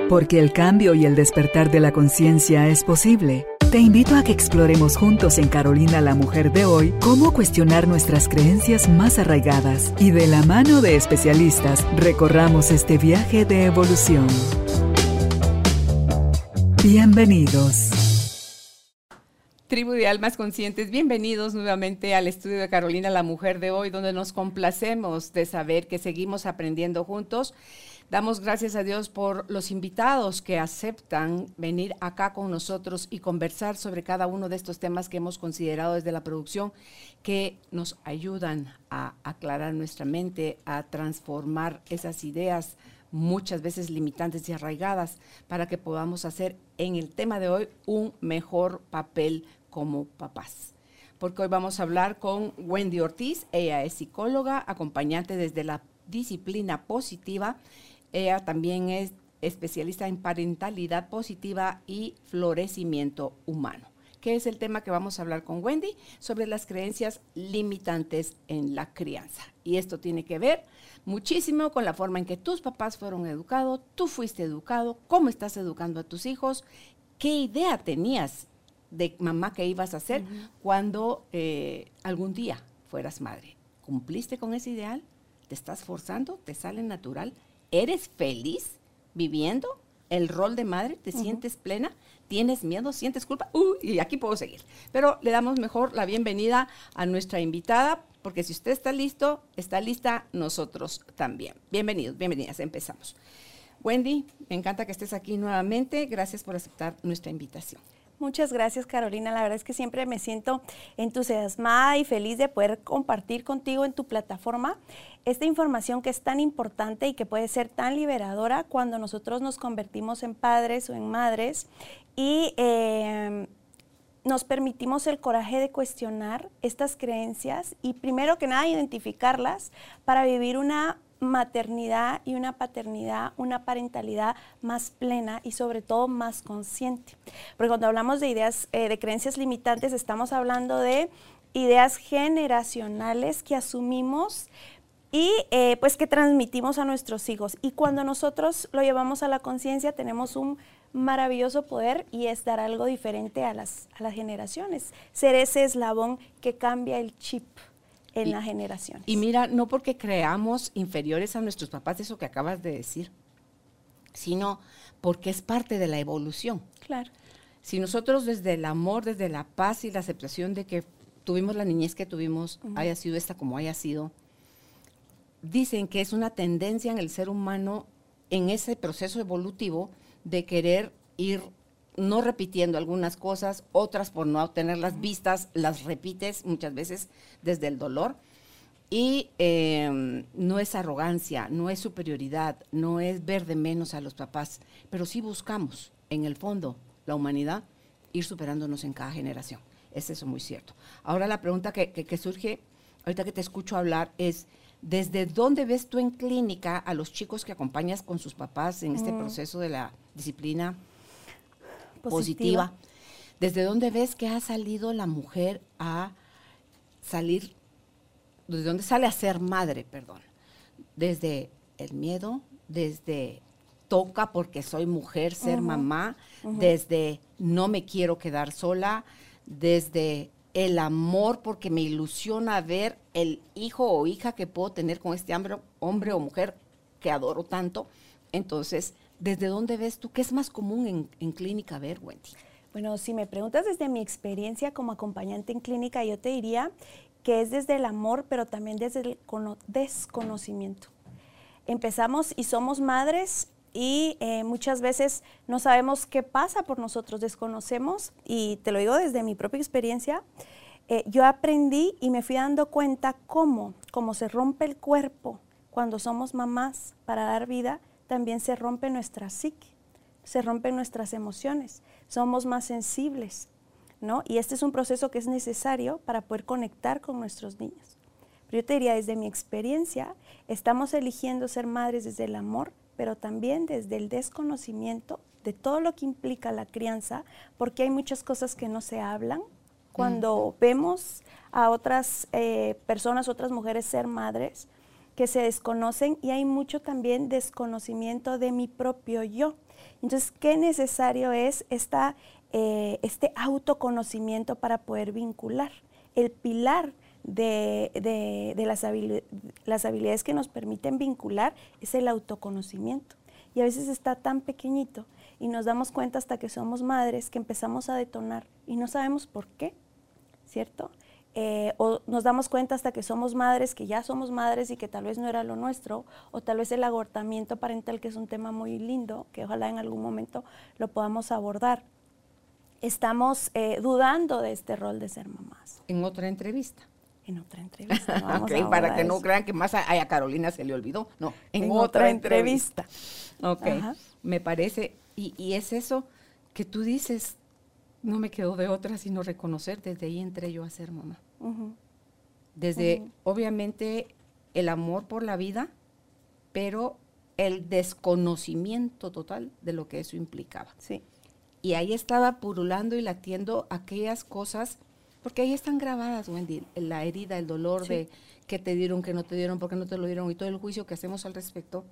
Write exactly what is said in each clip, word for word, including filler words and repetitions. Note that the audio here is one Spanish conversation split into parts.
Porque el cambio y el despertar de la conciencia es posible. Te invito a que exploremos juntos en Carolina la Mujer de hoy cómo cuestionar nuestras creencias más arraigadas y de la mano de especialistas recorramos este viaje de evolución. Bienvenidos. Tribu de Almas Conscientes, bienvenidos nuevamente al estudio de Carolina la Mujer de hoy, donde nos complacemos de saber que seguimos aprendiendo juntos. Damos gracias a Dios por los invitados que aceptan venir acá con nosotros y conversar sobre cada uno de estos temas que hemos considerado desde la producción, que nos ayudan a aclarar nuestra mente, a transformar esas ideas muchas veces limitantes y arraigadas para que podamos hacer en el tema de hoy un mejor papel como papás. Porque hoy vamos a hablar con Wendy Ortiz. Ella es psicóloga, acompañante desde la disciplina positiva. Ella también es especialista en parentalidad positiva y florecimiento humano, que es el tema que vamos a hablar con Wendy, sobre las creencias limitantes en la crianza. Y esto tiene que ver muchísimo con la forma en que tus papás fueron educados, tú fuiste educado, cómo estás educando a tus hijos, qué idea tenías de mamá que ibas a ser uh-huh. cuando eh, algún día fueras madre. ¿Cumpliste con ese ideal? ¿Te estás forzando? ¿Te sale natural? ¿Eres feliz viviendo el rol de madre? ¿Te uh-huh. sientes plena? ¿Tienes miedo? ¿Sientes culpa? Uh, y aquí puedo seguir. Pero le damos mejor la bienvenida a nuestra invitada, porque si usted está listo, está lista, nosotros también. Bienvenidos, bienvenidas, empezamos. Wendy, me encanta que estés aquí nuevamente. Gracias por aceptar nuestra invitación. Muchas gracias, Carolina. La verdad es que siempre me siento entusiasmada y feliz de poder compartir contigo en tu plataforma esta información que es tan importante y que puede ser tan liberadora cuando nosotros nos convertimos en padres o en madres y eh, nos permitimos el coraje de cuestionar estas creencias y primero que nada identificarlas para vivir una maternidad y una paternidad, una parentalidad más plena y sobre todo más consciente. Porque cuando hablamos de ideas, eh, de creencias limitantes, estamos hablando de ideas generacionales que asumimos y eh, pues que transmitimos a nuestros hijos. Y cuando nosotros lo llevamos a la conciencia, tenemos un maravilloso poder y es dar algo diferente a las, a las generaciones. Ser ese eslabón que cambia el chip en las generaciones. Y mira, no porque creamos inferiores a nuestros papás, eso que acabas de decir, sino porque es parte de la evolución. Claro. Si nosotros desde el amor, desde la paz y la aceptación de que tuvimos la niñez que tuvimos, uh-huh. haya sido esta como haya sido, dicen que es una tendencia en el ser humano en ese proceso evolutivo de querer ir no repitiendo algunas cosas, otras por no tenerlas vistas, las repites muchas veces desde el dolor. Y eh, no es arrogancia, no es superioridad, no es ver de menos a los papás, pero sí buscamos, en el fondo, la humanidad, ir superándonos en cada generación. Es eso muy cierto. Ahora la pregunta que, que, que surge, ahorita que te escucho hablar, es ¿desde dónde ves tú en clínica a los chicos que acompañas con sus papás en este mm. proceso de la disciplina positiva. positiva. ¿Desde dónde ves que ha salido la mujer a salir, desde dónde sale a ser madre, perdón? Desde el miedo, desde toca porque soy mujer ser uh-huh. mamá, uh-huh. desde no me quiero quedar sola, desde el amor porque me ilusiona ver el hijo o hija que puedo tener con este hombre, hombre o mujer que adoro tanto. Entonces, ¿desde dónde ves tú? ¿Qué es más común en, en clínica ver, Wendy? Bueno, si me preguntas desde mi experiencia como acompañante en clínica, yo te diría que es desde el amor, pero también desde el cono- desconocimiento. Empezamos y somos madres y eh, muchas veces no sabemos qué pasa por nosotros, desconocemos, y te lo digo desde mi propia experiencia, eh, yo aprendí y me fui dando cuenta cómo, cómo se rompe el cuerpo cuando somos mamás para dar vida, también se rompe nuestra psique, se rompen nuestras emociones, somos más sensibles, ¿no? Y este es un proceso que es necesario para poder conectar con nuestros niños. Pero yo te diría, desde mi experiencia, estamos eligiendo ser madres desde el amor, pero también desde el desconocimiento de todo lo que implica la crianza, porque hay muchas cosas que no se hablan. Cuando mm. vemos a otras eh, personas, otras mujeres ser madres, que se desconocen y hay mucho también desconocimiento de mi propio yo. Entonces, ¿qué necesario es esta, eh, este autoconocimiento para poder vincular? El pilar de, de, de las, habil las habilidades que nos permiten vincular es el autoconocimiento. Y a veces está tan pequeñito y nos damos cuenta hasta que somos madres que empezamos a detonar y no sabemos por qué, ¿cierto? Eh, o nos damos cuenta hasta que somos madres, que ya somos madres y que tal vez no era lo nuestro, o tal vez el agotamiento parental, que es un tema muy lindo, que ojalá en algún momento lo podamos abordar. Estamos eh, dudando de este rol de ser mamás. En otra entrevista. En otra entrevista. No vamos Okay, a para que no eso. crean que más a, a Carolina se le olvidó. No, en, En otra, otra entrevista. entrevista. Ok, Ajá. me parece, y, y es eso que tú dices, no me quedó de otra sino reconocer, desde ahí entré yo a ser mamá. Uh-huh. Desde, Ujú. obviamente, el amor por la vida, pero el desconocimiento total de lo que eso implicaba. Sí. Y ahí estaba purulando y latiendo aquellas cosas, porque ahí están grabadas, Wendy, la herida, el dolor Sí. de qué te dieron, qué no te dieron, por qué no te lo dieron, y todo el juicio que hacemos al respecto.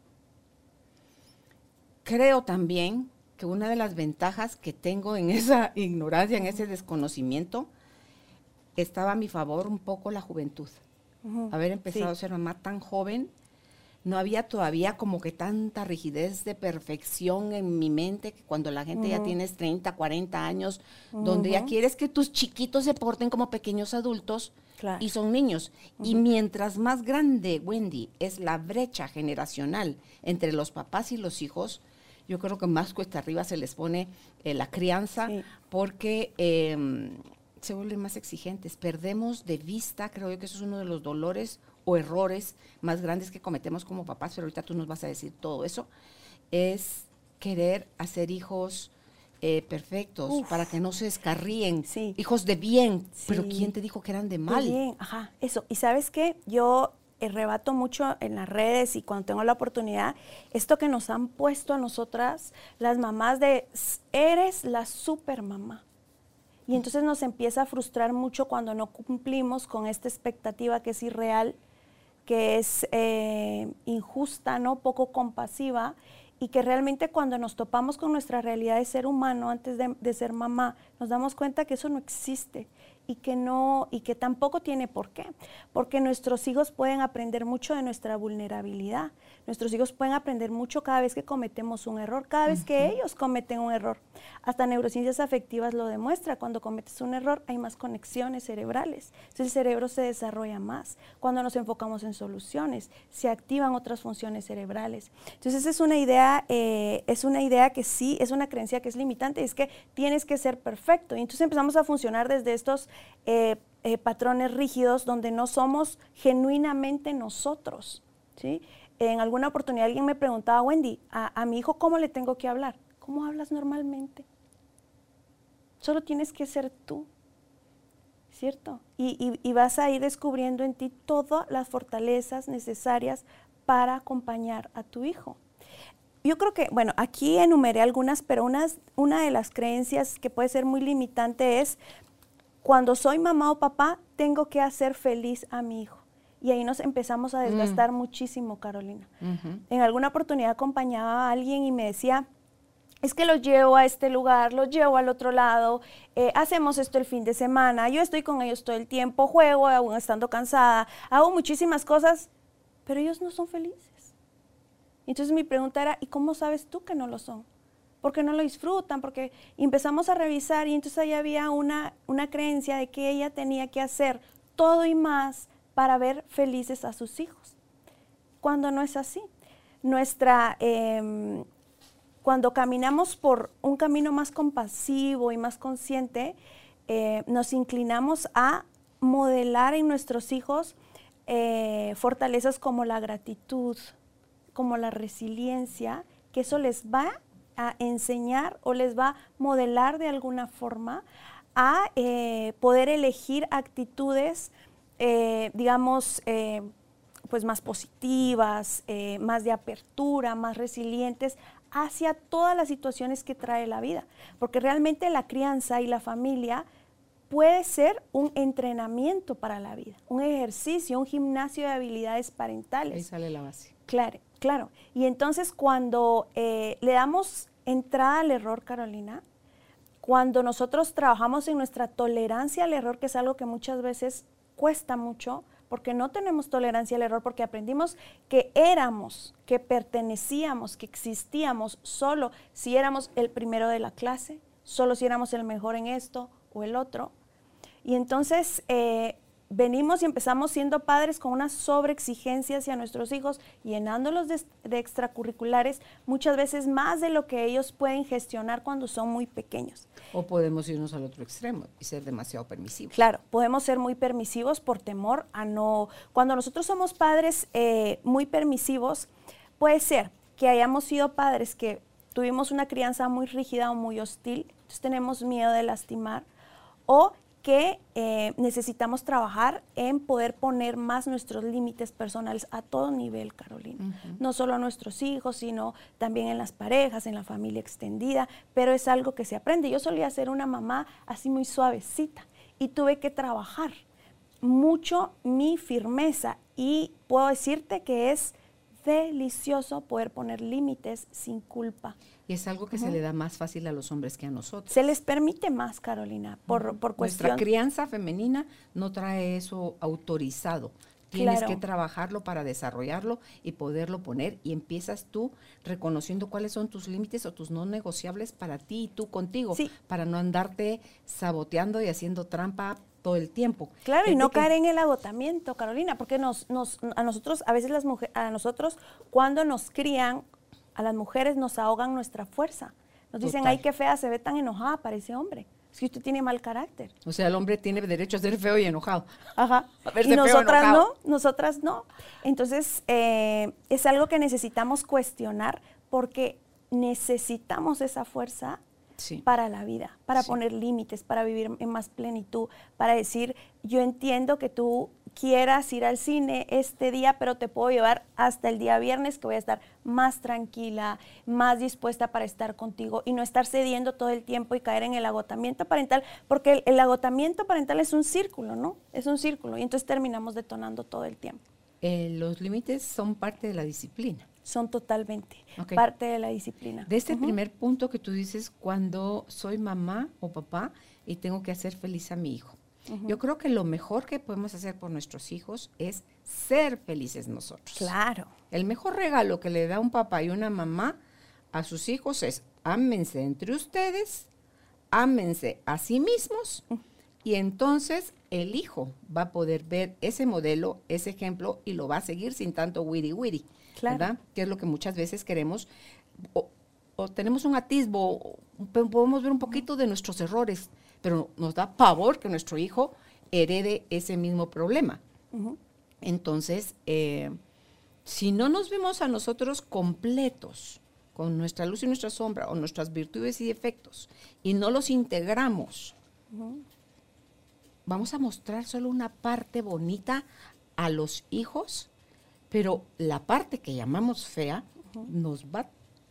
Creo también que una de las ventajas que tengo en esa ignorancia, en ese desconocimiento, estaba a mi favor un poco la juventud. Uh-huh. Haber empezado Sí. a ser mamá tan joven, no había todavía como que tanta rigidez de perfección en mi mente, que cuando la gente ya Ujú. tienes treinta, cuarenta años, donde ya Ujú. quieres que tus chiquitos se porten como pequeños adultos Claro. y son niños. Y mientras más grande, Wendy, es la brecha generacional entre los papás y los hijos, yo creo que más cuesta arriba se les pone eh, la crianza, Sí. porque eh, se vuelven más exigentes. Perdemos de vista, creo yo que eso es uno de los dolores o errores más grandes que cometemos como papás, pero ahorita tú nos vas a decir todo eso, es querer hacer hijos eh, perfectos, Uf. para que no se descarríen, Sí. hijos de bien, pero Sí. ¿quién te dijo que eran de Qué mal? bien, ajá, eso. Y ¿sabes qué? Yo eh, rebato mucho en las redes y cuando tengo la oportunidad, esto que nos han puesto a nosotras, las mamás de, "S- eres la super mamá". Y entonces nos empieza a frustrar mucho cuando no cumplimos con esta expectativa que es irreal, que es eh, injusta, ¿no? Poco compasiva, y que realmente cuando nos topamos con nuestra realidad de ser humano antes de, de ser mamá, nos damos cuenta que eso no existe y que no, y que tampoco tiene por qué, porque nuestros hijos pueden aprender mucho de nuestra vulnerabilidad. Nuestros hijos pueden aprender mucho cada vez que cometemos un error, cada vez que ellos cometen un error. Hasta neurociencias afectivas lo demuestra. Cuando cometes un error hay más conexiones cerebrales. Entonces el cerebro se desarrolla más. Cuando nos enfocamos en soluciones, se activan otras funciones cerebrales. Entonces esa es una idea, eh, es una idea que sí, es una creencia que es limitante, es que tienes que ser perfecto. Y entonces empezamos a funcionar desde estos eh, eh, patrones rígidos donde no somos genuinamente nosotros, ¿sí? En alguna oportunidad alguien me preguntaba, Wendy, a, a mi hijo, ¿cómo le tengo que hablar? ¿Cómo hablas normalmente? Solo tienes que ser tú, ¿cierto? Y, y, y vas a ir descubriendo en ti todas las fortalezas necesarias para acompañar a tu hijo. Yo creo que, bueno, aquí enumeré algunas, pero unas, una de las creencias que puede ser muy limitante es, cuando soy mamá o papá, tengo que hacer feliz a mi hijo. Y ahí nos empezamos a desgastar mm. muchísimo, Carolina. Uh-huh. En alguna oportunidad acompañaba a alguien y me decía, es que los llevo a este lugar, los llevo al otro lado, eh, hacemos esto el fin de semana, yo estoy con ellos todo el tiempo, juego aún estando cansada, hago muchísimas cosas, pero ellos no son felices. Entonces mi pregunta era, ¿y cómo sabes tú que no lo son? Porque no lo disfrutan, porque empezamos a revisar y entonces ahí había una, una creencia de que ella tenía que hacer todo y más para ver felices a sus hijos, cuando no es así. Nuestra, eh, cuando caminamos por un camino más compasivo y más consciente, eh, nos inclinamos a modelar en nuestros hijos eh, fortalezas como la gratitud, como la resiliencia, que eso les va a enseñar o les va a modelar de alguna forma a eh, poder elegir actitudes Eh, digamos, eh, pues más positivas, eh, más de apertura, más resilientes hacia todas las situaciones que trae la vida. Porque realmente la crianza y la familia puede ser un entrenamiento para la vida, un ejercicio, un gimnasio de habilidades parentales. Ahí sale la base. Claro, claro. Y entonces cuando eh, le damos entrada al error, Carolina, cuando nosotros trabajamos en nuestra tolerancia al error, que es algo que muchas veces cuesta mucho, porque no tenemos tolerancia al error, porque aprendimos que éramos, que pertenecíamos, que existíamos solo si éramos el primero de la clase, solo si éramos el mejor en esto o el otro. Y entonces eh, venimos y empezamos siendo padres con una sobreexigencia hacia nuestros hijos, llenándolos de, de extracurriculares, muchas veces más de lo que ellos pueden gestionar cuando son muy pequeños. O podemos irnos al otro extremo y ser demasiado permisivos. Claro, podemos ser muy permisivos por temor a no... Cuando nosotros somos padres eh, muy permisivos, puede ser que hayamos sido padres que tuvimos una crianza muy rígida o muy hostil, entonces tenemos miedo de lastimar, o que eh, necesitamos trabajar en poder poner más nuestros límites personales a todo nivel, Carolina. Uh-huh. No solo a nuestros hijos, sino también en las parejas, en la familia extendida, pero es algo que se aprende. Yo solía ser una mamá así muy suavecita y tuve que trabajar mucho mi firmeza, y puedo decirte que es delicioso poder poner límites sin culpa. Y es algo que uh-huh. se le da más fácil a los hombres que a nosotros. Se les permite más, Carolina, por, uh-huh. por cuestión... Nuestra crianza femenina no trae eso autorizado. Tienes Claro. que trabajarlo para desarrollarlo y poderlo poner, y empiezas tú reconociendo cuáles son tus límites o tus no negociables para ti y tú contigo, Sí. para no andarte saboteando y haciendo trampa todo el tiempo. Claro, y Fíjate no que- caer en el agotamiento, Carolina, porque nos, nos, a nosotros, a veces las mujeres, a nosotros cuando nos crían, a las mujeres nos ahogan nuestra fuerza. Nos dicen, Total. ay, qué fea, se ve tan enojada, parece hombre. Es que usted tiene mal carácter. O sea, el hombre tiene derecho a ser feo y enojado. Ajá. A verse Y feo, nosotras enojado. no, nosotras no. Entonces, eh, es algo que necesitamos cuestionar, porque necesitamos esa fuerza Sí. para la vida, para Sí. poner límites, para vivir en más plenitud, para decir, yo entiendo que tú quieras ir al cine este día, pero te puedo llevar hasta el día viernes, que voy a estar más tranquila, más dispuesta para estar contigo, y no estar cediendo todo el tiempo y caer en el agotamiento parental, porque el, el agotamiento parental es un círculo, ¿no? Es un círculo, y entonces terminamos detonando todo el tiempo. Eh, los límites son parte de la disciplina. Son totalmente Ok. parte de la disciplina. De este Ujú. primer punto que tú dices, cuando soy mamá o papá y tengo que hacer feliz a mi hijo. Ujú. Yo creo que lo mejor que podemos hacer por nuestros hijos es ser felices nosotros. Claro. El mejor regalo que le da un papá y una mamá a sus hijos es ámense entre ustedes, ámense a sí mismos, y entonces el hijo va a poder ver ese modelo, ese ejemplo, y lo va a seguir sin tanto wiri wiri, Claro. ¿verdad? Que es lo que muchas veces queremos, o, o tenemos un atisbo, o p- podemos ver un poquito de nuestros errores, pero nos da pavor que nuestro hijo herede ese mismo problema. Ujú. Entonces, eh, si no nos vemos a nosotros completos, con nuestra luz y nuestra sombra, o nuestras virtudes y defectos, y no los integramos, Ujú. vamos a mostrar solo una parte bonita a los hijos, pero la parte que llamamos fea uh-huh. nos va a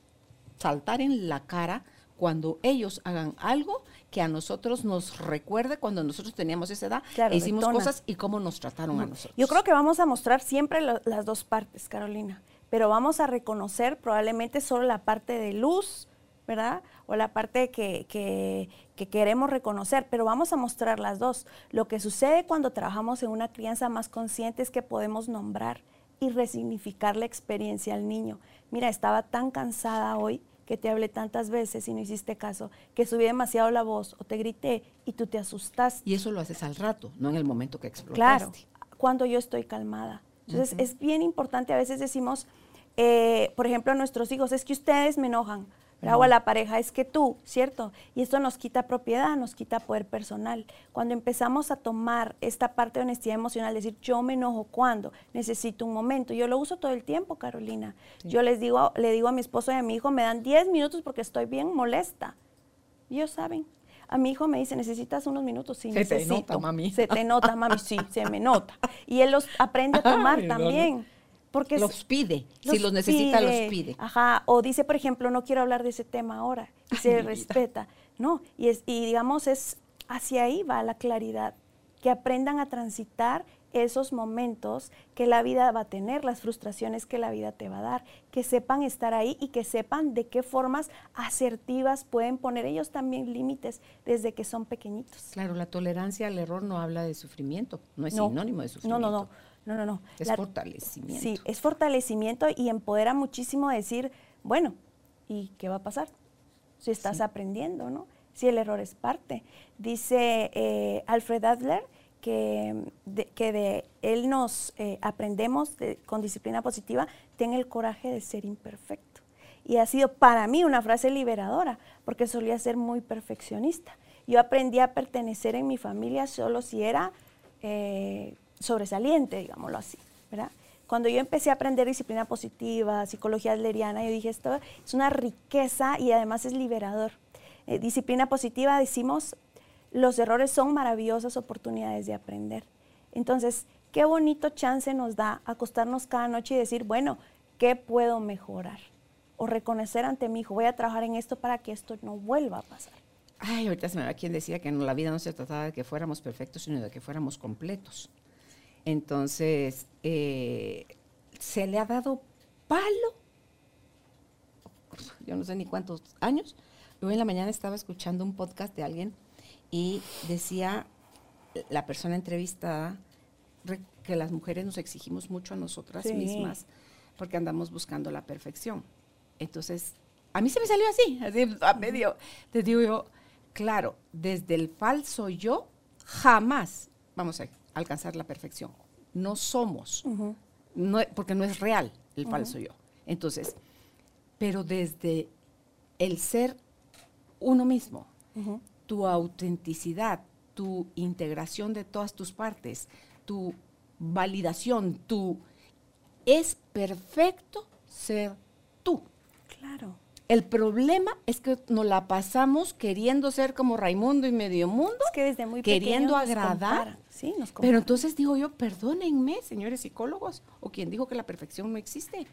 saltar en la cara cuando ellos hagan algo que a nosotros nos recuerde cuando nosotros teníamos esa edad, Claro, e hicimos detona. cosas y cómo nos trataron uh-huh. a nosotros. Yo creo que vamos a mostrar siempre lo, las dos partes, Carolina, pero vamos a reconocer probablemente solo la parte de luz, ¿verdad? O la parte que, que, que queremos reconocer, pero vamos a mostrar las dos. Lo que sucede cuando trabajamos en una crianza más consciente es que podemos nombrar y resignificar la experiencia al niño. Mira, estaba tan cansada hoy que te hablé tantas veces y no hiciste caso, que subí demasiado la voz o te grité y tú te asustaste. Y eso lo haces al rato, no en el momento que explotaste. Claro, cuando yo estoy calmada. Entonces, uh-huh. es bien importante, a veces decimos, eh, por ejemplo, a nuestros hijos, es que ustedes me enojan, ¿verdad? Uh-huh. O a la pareja, es que tú, ¿cierto? Y esto nos quita propiedad, nos quita poder personal. Cuando empezamos a tomar esta parte de honestidad emocional, decir, yo me enojo cuando necesito un momento. Yo lo uso todo el tiempo, Carolina. Sí. Yo les digo, le digo a mi esposo y a mi hijo, me dan diez minutos porque estoy bien molesta. Y ellos saben. A mi hijo me dice, ¿necesitas unos minutos? Sí, se necesito. Se te nota, mami. Se te nota, mami, sí, se me nota. Y él los aprende a tomar Ay, también. No, no. Porque los pide, los si los necesita, pide. los pide. Ajá, o dice, por ejemplo, no quiero hablar de ese tema ahora, y se Ay, respeta. No, y, es, y digamos, es hacia ahí va la claridad, que aprendan a transitar esos momentos que la vida va a tener, las frustraciones que la vida te va a dar, que sepan estar ahí y que sepan de qué formas asertivas pueden poner ellos también límites desde que son pequeñitos. Claro, la tolerancia al error no habla de sufrimiento, no es no, sinónimo de sufrimiento. No, no, no, no, no, no. Es la, fortalecimiento. Sí, es fortalecimiento y empodera muchísimo decir, bueno, ¿y qué va a pasar? Si estás sí. aprendiendo, ¿no? Si el error es parte. Dice eh, Alfred Adler, que de, que de él nos eh, aprendemos de, con disciplina positiva, ten el coraje de ser imperfecto. Y ha sido para mí una frase liberadora, porque solía ser muy perfeccionista. Yo aprendí a pertenecer en mi familia solo si era eh, sobresaliente, digámoslo así, ¿verdad? Cuando yo empecé a aprender disciplina positiva, psicología adleriana, yo dije, esto es una riqueza y además es liberador. Eh, disciplina positiva, decimos, los errores son maravillosas oportunidades de aprender. Entonces, qué bonito chance nos da acostarnos cada noche y decir, bueno, ¿qué puedo mejorar? O reconocer ante mi hijo, voy a trabajar en esto para que esto no vuelva a pasar. Ay, ahorita se me va quien decía que no, la vida no se trataba de que fuéramos perfectos, sino de que fuéramos completos. Entonces, eh, se le ha dado palo, yo no sé ni cuántos años. Hoy en la mañana estaba escuchando un podcast de alguien y decía la persona entrevistada que las mujeres nos exigimos mucho a nosotras sí. mismas porque andamos buscando la perfección. Entonces, a mí se me salió así, así a medio. Te digo yo, claro, desde el falso yo jamás vamos a alcanzar la perfección. No somos, uh-huh. no, porque no es real el uh-huh. falso yo. Entonces, pero desde el ser uno mismo, uh-huh. tu autenticidad, tu integración de todas tus partes, tu validación, tu es perfecto ser tú. Claro. El problema es que nos la pasamos queriendo ser como Raimundo y medio mundo, es que desde muy queriendo nos agradar. Sí, nos pero entonces digo yo, perdónenme, señores psicólogos, o quien dijo que la perfección no existe.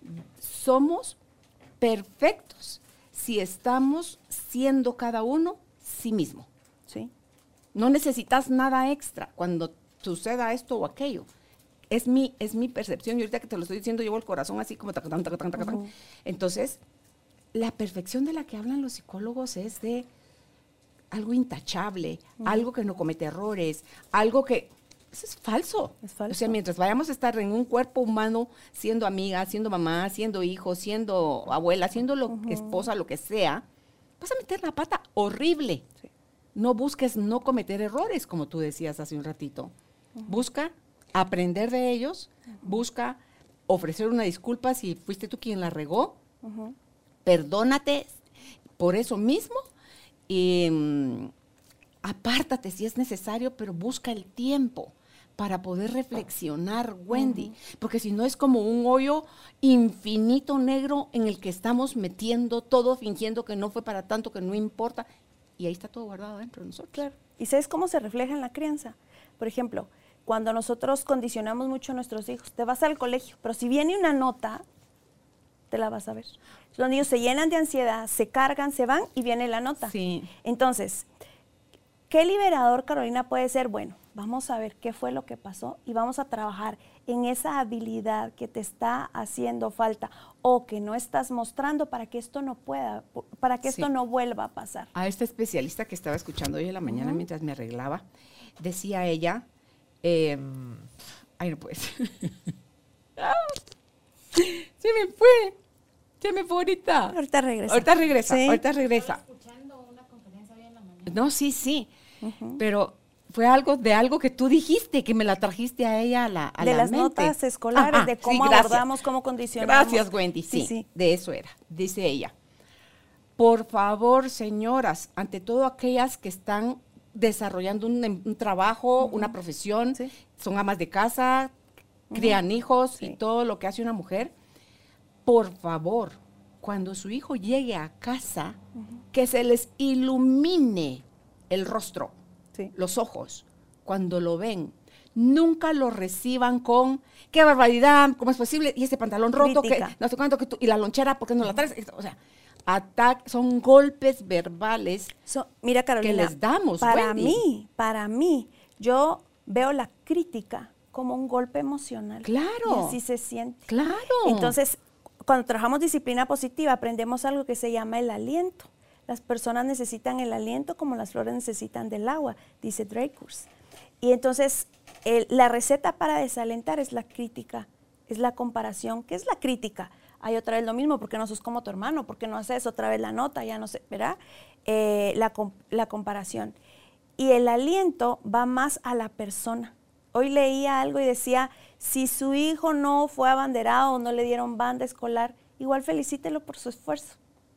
Somos perfectos si estamos siendo cada uno sí mismo. Sí. No necesitas nada extra cuando suceda esto o aquello. Es mi, es mi percepción, y ahorita que te lo estoy diciendo, llevo el corazón así como tacatán, tacatán, tacatán. Uh-huh. Entonces, la perfección de la que hablan los psicólogos es de algo intachable, uh-huh. algo que no comete errores, algo que... Eso es falso. Es falso. O sea, mientras vayamos a estar en un cuerpo humano, siendo amiga, siendo mamá, siendo hijo, siendo abuela, siendo lo, uh-huh. esposa, lo que sea, vas a meter la pata horrible. Sí. No busques no cometer errores, como tú decías hace un ratito. Uh-huh. Busca aprender de ellos, uh-huh. busca ofrecer una disculpa si fuiste tú quien la regó, uh-huh. perdónate por eso mismo y um, apártate si es necesario, pero busca el tiempo para poder reflexionar, Wendy, uh-huh. porque si no es como un hoyo infinito negro en el que estamos metiendo todo, fingiendo que no fue para tanto, que no importa, y ahí está todo guardado dentro de nosotros. Claro. ¿Y sabes cómo se refleja en la crianza? Por ejemplo, cuando nosotros condicionamos mucho a nuestros hijos, te vas al colegio, pero si viene una nota, te la vas a ver. Los niños se llenan de ansiedad, se cargan, se van y viene la nota. Sí. Entonces, ¿qué liberador, Carolina, puede ser? Bueno, vamos a ver qué fue lo que pasó y vamos a trabajar en esa habilidad que te está haciendo falta o que no estás mostrando para que esto no pueda, para que esto sí. no vuelva a pasar. A esta especialista que estaba escuchando hoy en la mañana uh-huh. mientras me arreglaba, decía ella, eh, ay no puedes, se me fue, se me fue ahorita. Ahorita regresa. Ahorita regresa, ¿Sí? ahorita regresa. Estaba escuchando una conferencia hoy en la mañana. No, sí, sí, uh-huh. pero fue algo de algo que tú dijiste, que me la trajiste a ella a la a De la las mente. notas escolares, Ajá, de cómo sí, abordamos, cómo condicionamos. Gracias, Wendy, sí, sí, sí, de eso era, dice ella. Por favor, señoras, ante todo aquellas que están desarrollando un, un trabajo, uh-huh. una profesión, sí. son amas de casa, uh-huh. crían hijos sí. y todo lo que hace una mujer, por favor, cuando su hijo llegue a casa, uh-huh. que se les ilumine el rostro, sí. los ojos, cuando lo ven. Nunca lo reciban con, qué barbaridad, ¿cómo es posible? Y ese pantalón roto, que, no sé cuánto, que tú, y la lonchera, ¿por qué no la traes? O sea, ataques, son golpes verbales So, mira, Carolina, que les damos. para Wendy. mí, para mí, yo veo la crítica como un golpe emocional. Claro. Y así se siente. Claro. Entonces, cuando trabajamos disciplina positiva, aprendemos algo que se llama el aliento. Las personas necesitan el aliento como las flores necesitan del agua, dice Dreyfus. Y entonces, el- la receta para desalentar es la crítica, es la comparación. ¿Qué es la crítica? Hay otra vez lo mismo, ¿por qué no sos como tu hermano? ¿Por qué no haces otra vez la nota? Ya no sé, ¿verdad? Eh, la, com- la comparación. Y el aliento va más a la persona. Hoy leía algo y decía, si su hijo no fue abanderado o no le dieron banda escolar, igual felicítelo por su esfuerzo.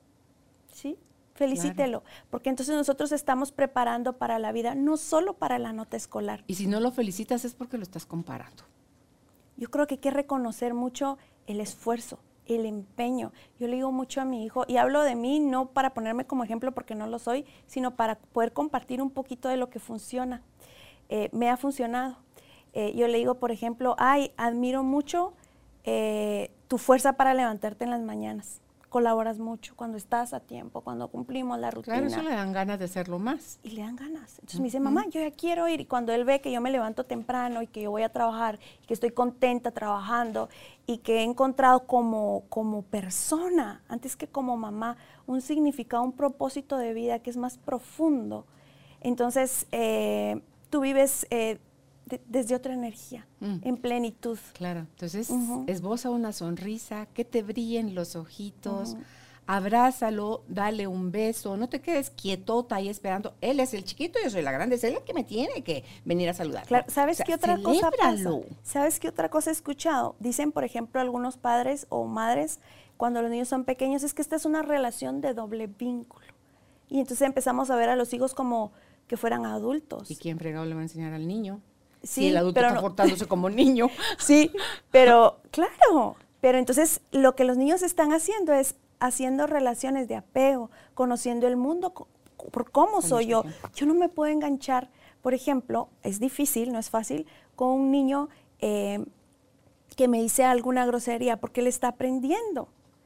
¿Sí? Felicítelo, porque entonces nosotros estamos preparando para la vida, no solo para la nota escolar. Y si no lo felicitas es porque lo estás comparando. Yo creo que hay que reconocer mucho el esfuerzo, el empeño. Yo le digo mucho a mi hijo, y hablo de mí no para ponerme como ejemplo porque no lo soy, sino para poder compartir un poquito de lo que funciona. Eh, me ha funcionado. Eh, yo le digo, por ejemplo, ay, admiro mucho eh, tu fuerza para levantarte en las mañanas. Colaboras mucho cuando estás a tiempo, cuando cumplimos la rutina. Claro, eso le dan ganas de hacerlo más. Y le dan ganas. Entonces me dice, mamá, yo ya quiero ir. Y cuando él ve que yo me levanto temprano y que yo voy a trabajar, y que estoy contenta trabajando y que he encontrado como, como persona, antes que como mamá, un significado, un propósito de vida que es más profundo. Entonces, eh, tú vives eh, de- desde otra energía, Mm. en plenitud. Claro, entonces Ujú. esboza una sonrisa, que te brillen los ojitos, Ujú. abrázalo, dale un beso, no te quedes quietota ahí esperando. Él es el chiquito, yo soy la grande, es él el que me tiene que venir a saludar. Claro, ¿no? ¿sabes O sea, qué otra cosa pasa? celébralo. ¿Sabes qué otra cosa he escuchado? Dicen, por ejemplo, algunos padres o madres, cuando los niños son pequeños, es que esta es una relación de doble vínculo. Y entonces empezamos a ver a los hijos como que fueran adultos. ¿Y quién fregado le va a enseñar al niño? Sí, si el adulto pero está no- portándose como niño. Sí, pero claro, pero entonces lo que los niños están haciendo es haciendo relaciones de apego, conociendo el mundo co- por cómo soy yo. Yo no me puedo enganchar, por ejemplo, es difícil, no es fácil, con un niño eh, que me dice alguna grosería porque él está aprendiendo.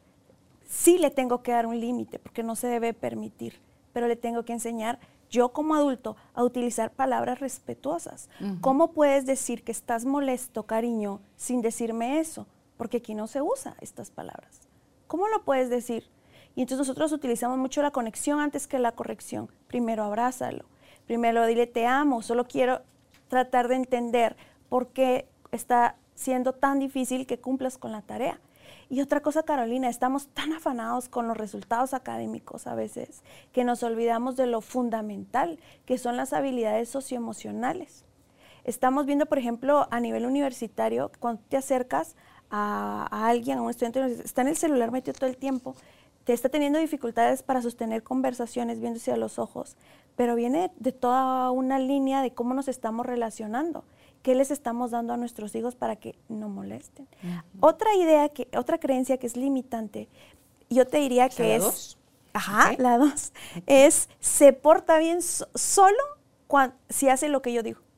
Sí le tengo que dar un límite porque no se debe permitir, pero le tengo que enseñar yo como adulto a utilizar palabras respetuosas. Ujú. ¿Cómo puedes decir que estás molesto, cariño, sin decirme eso? Porque aquí no se usa estas palabras. ¿Cómo lo puedes decir? Y entonces nosotros utilizamos mucho la conexión antes que la corrección. Primero abrázalo, primero dile te amo, solo quiero tratar de entender por qué está siendo tan difícil que cumplas con la tarea. Y otra cosa, Carolina, estamos tan afanados con los resultados académicos a veces que nos olvidamos de lo fundamental, que son las habilidades socioemocionales. Estamos viendo, por ejemplo, a nivel universitario, cuando te acercas a, a alguien, a un estudiante, está en el celular metido todo el tiempo, te está teniendo dificultades para sostener conversaciones viéndose a los ojos, pero viene de toda una línea de cómo nos estamos relacionando. ¿Qué les estamos dando a nuestros hijos para que no molesten? Uh-huh. Otra idea, que, otra creencia que es limitante, yo te diría que ¿La es... dos? Ajá, Okay. la dos. Okay. Es, se porta bien so, solo cuando, si hace lo que yo digo.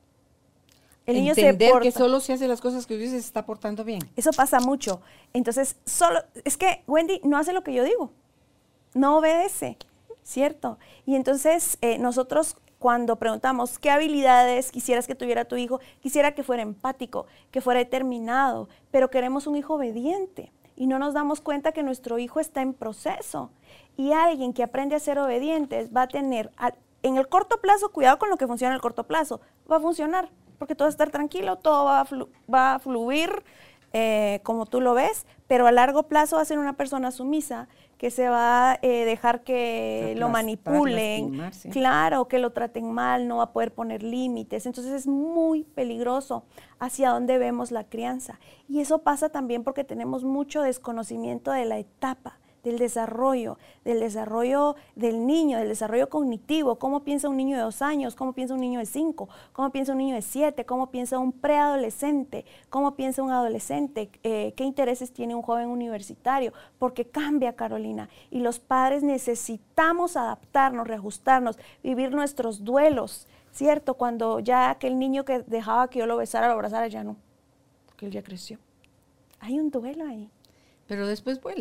El niño Entender se porta. que solo si hace las cosas que dices se está portando bien. Eso pasa mucho. Entonces, solo, es que Wendy no hace lo que yo digo. No obedece, ¿cierto? Y entonces eh, nosotros... Cuando preguntamos qué habilidades quisieras que tuviera tu hijo, quisiera que fuera empático, que fuera determinado, pero queremos un hijo obediente y no nos damos cuenta que nuestro hijo está en proceso. Y alguien que aprende a ser obediente va a tener, en el corto plazo, cuidado con lo que funciona en el corto plazo, va a funcionar, porque todo va a estar tranquilo, todo va a, flu va a fluir eh, como tú lo ves, pero a largo plazo va a ser una persona sumisa, que se va a eh, dejar que lo manipulen, lastimar, claro, que lo traten mal, no va a poder poner límites. Entonces es muy peligroso hacia dónde vemos la crianza. Y eso pasa también porque tenemos mucho desconocimiento de la etapa, del desarrollo, del desarrollo del niño, del desarrollo cognitivo, cómo piensa un niño de dos años, cómo piensa un niño de cinco, cómo piensa un niño de siete, cómo piensa un preadolescente, cómo piensa un adolescente, eh, qué intereses tiene un joven universitario, porque cambia, Carolina, y los padres necesitamos adaptarnos, reajustarnos, vivir nuestros duelos, ¿cierto? Cuando ya aquel niño que dejaba que yo lo besara, lo abrazara, ya no, porque él ya creció. Hay un duelo ahí. Pero después vuelen.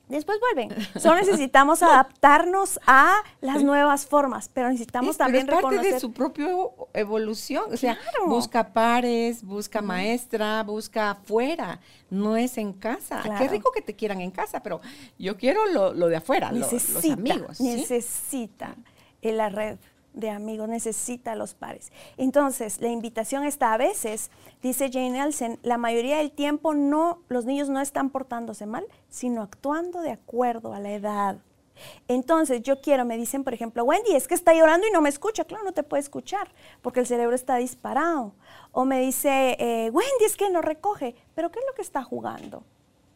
Después vuelven. Solo necesitamos adaptarnos a las nuevas formas, pero necesitamos Es, pero también es parte reconocer de su propia evolución. O sea, Claro. busca pares, busca maestra, busca afuera, no es en casa. Claro. Qué rico que te quieran en casa, pero yo quiero lo, lo de afuera, lo- necesita, los amigos. ¿sí? necesita en la red de amigos, necesita los pares. Entonces, la invitación está a veces, dice Jane Nelson, la mayoría del tiempo no, los niños no están portándose mal, sino actuando de acuerdo a la edad. Entonces, yo quiero, me dicen, por ejemplo, Wendy, es que está llorando y no me escucha. Claro, no te puede escuchar, porque el cerebro está disparado. O me dice, eh, Wendy, es que no recoge. ¿Pero qué es lo que está jugando?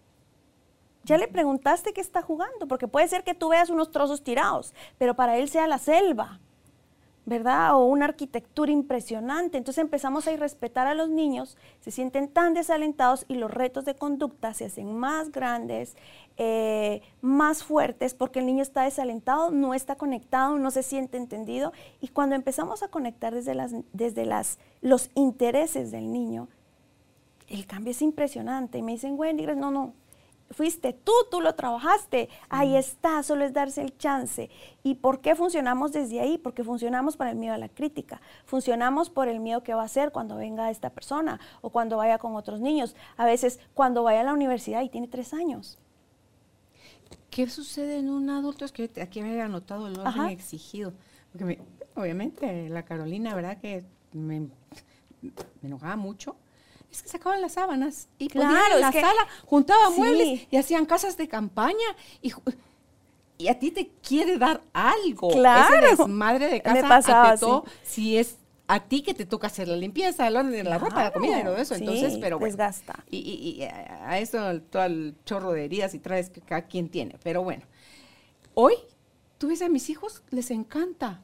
Ya le preguntaste qué está jugando, porque puede ser que tú veas unos trozos tirados, pero para él sea la selva, ¿verdad? O una arquitectura impresionante. Entonces empezamos a irrespetar a los niños, se sienten tan desalentados y los retos de conducta se hacen más grandes, eh, más fuertes, porque el niño está desalentado, no está conectado, no se siente entendido. Y cuando empezamos a conectar desde, las, desde las, los intereses del niño, el cambio es impresionante. Y me dicen, Wendy, no, no. Fuiste tú, tú lo trabajaste, ahí está, solo es darse el chance. ¿Y por qué funcionamos desde ahí? Porque funcionamos por el miedo a la crítica, funcionamos por el miedo que va a hacer cuando venga esta persona o cuando vaya con otros niños, a veces cuando vaya a la universidad y tiene tres años. ¿Qué sucede en un adulto? Es que aquí me había anotado el orden Ajá. exigido. Porque me- obviamente la Carolina, ¿verdad? Que me, me enojaba mucho. Es que sacaban las sábanas y Claro, ponían en la es que- sala, juntaban sí. muebles y hacían casas de campaña y, ju- y a ti te quiere dar algo. Claro. Ese desmadre de Me casa pasaba apretó así. si es a ti que te toca hacer la limpieza, el orden de la ropa, la comida y todo eso. Sí, Entonces, pero bueno. desgasta. Y, y- y a a eso el- todo el chorro de heridas y traes que cada quien tiene. Pero bueno, hoy tú ves a mis hijos, les encanta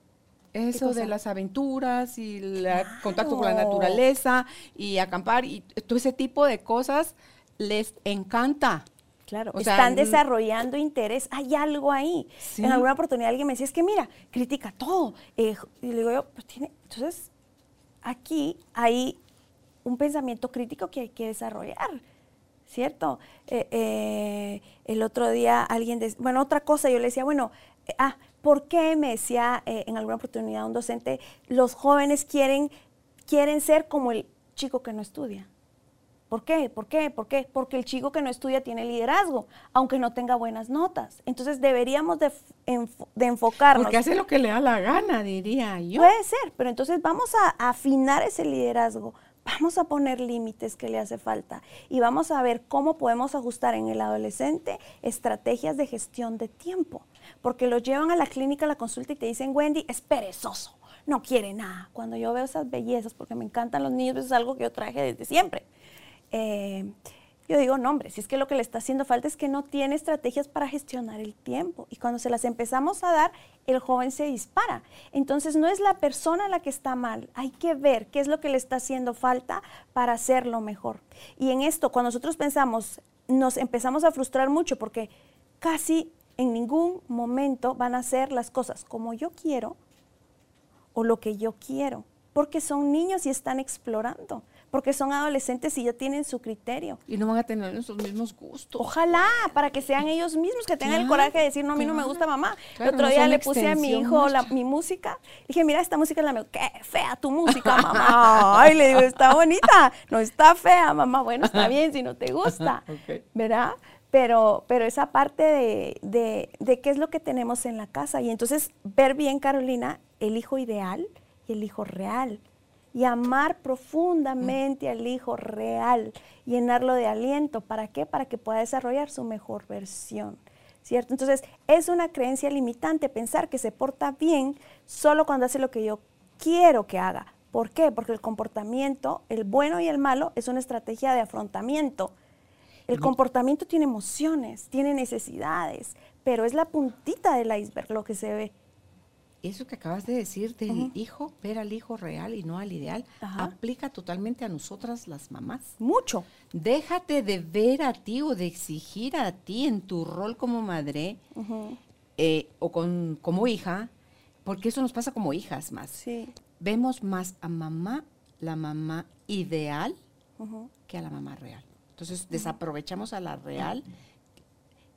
eso cosa? de las aventuras y el Claro. contacto con la naturaleza y acampar y todo ese tipo de cosas les encanta. Claro, O sea, están mm, desarrollando interés, hay algo ahí. Sí. En alguna oportunidad alguien me decía, es que mira, critica todo. Eh, y le digo yo, pues tiene, entonces aquí hay un pensamiento crítico que hay que desarrollar, ¿cierto? Eh, eh, el otro día alguien, de, bueno, otra cosa, yo le decía, bueno, eh, ah, ¿por qué me decía eh, en alguna oportunidad un docente, los jóvenes quieren, quieren ser como el chico que no estudia? ¿Por qué? ¿Por qué? ¿Por qué? Porque el chico que no estudia tiene liderazgo, aunque no tenga buenas notas. Entonces deberíamos de, enfo- de enfocarnos. Porque hace lo que le da la gana, diría yo. Puede ser, pero entonces vamos a afinar ese liderazgo, vamos a poner límites que le hace falta y vamos a ver cómo podemos ajustar en el adolescente estrategias de gestión de tiempo, porque lo llevan a la clínica, a la consulta y te dicen, Wendy, es perezoso, no quiere nada. Cuando yo veo esas bellezas, porque me encantan los niños, eso es algo que yo traje desde siempre. Eh, yo digo, no hombre, si es que lo que le está haciendo falta es que no tiene estrategias para gestionar el tiempo. Y cuando se las empezamos a dar, el joven se dispara. Entonces no es la persona la que está mal, hay que ver qué es lo que le está haciendo falta para hacerlo mejor. Y en esto, cuando nosotros pensamos, nos empezamos a frustrar mucho porque casi en ningún momento van a hacer las cosas como yo quiero o lo que yo quiero, porque son niños y están explorando, porque son adolescentes y ya tienen su criterio. Y no van a tener esos mismos gustos. Ojalá, para que sean ellos mismos, que tengan el Claro, coraje de decir, no, a mí no me claro. gusta mamá. Claro, el otro no día son le puse a mi extensión hijo la- nuestra. mi música. Dije, mira, esta música es la mejor. ¡Qué fea tu música, mamá! Ay, le digo, está bonita. No está fea, mamá. Bueno, está bien si no te gusta. Ok. ¿Verdad? Pero, pero esa parte de, de, de qué es lo que tenemos en la casa. Y entonces, ver bien, Carolina, el hijo ideal y el hijo real. Y amar profundamente al hijo real, llenarlo de aliento. ¿Para qué? Para que pueda desarrollar su mejor versión, ¿cierto? Entonces, es una creencia limitante pensar que se porta bien solo cuando hace lo que yo quiero que haga. ¿Por qué? Porque el comportamiento, el bueno y el malo, es una estrategia de afrontamiento. El comportamiento tiene emociones, tiene necesidades, pero es la puntita del iceberg lo que se ve. Eso que acabas de decir del Ujú. hijo, ver al hijo real y no al ideal, Ajá. aplica totalmente a nosotras las mamás. Mucho. Déjate de ver a ti o de exigir a ti en tu rol como madre Ujú. eh, o con, como hija, porque eso nos pasa como hijas más. Sí. Vemos más a mamá, la mamá ideal, Ujú. que a la mamá real. Entonces desaprovechamos a la real,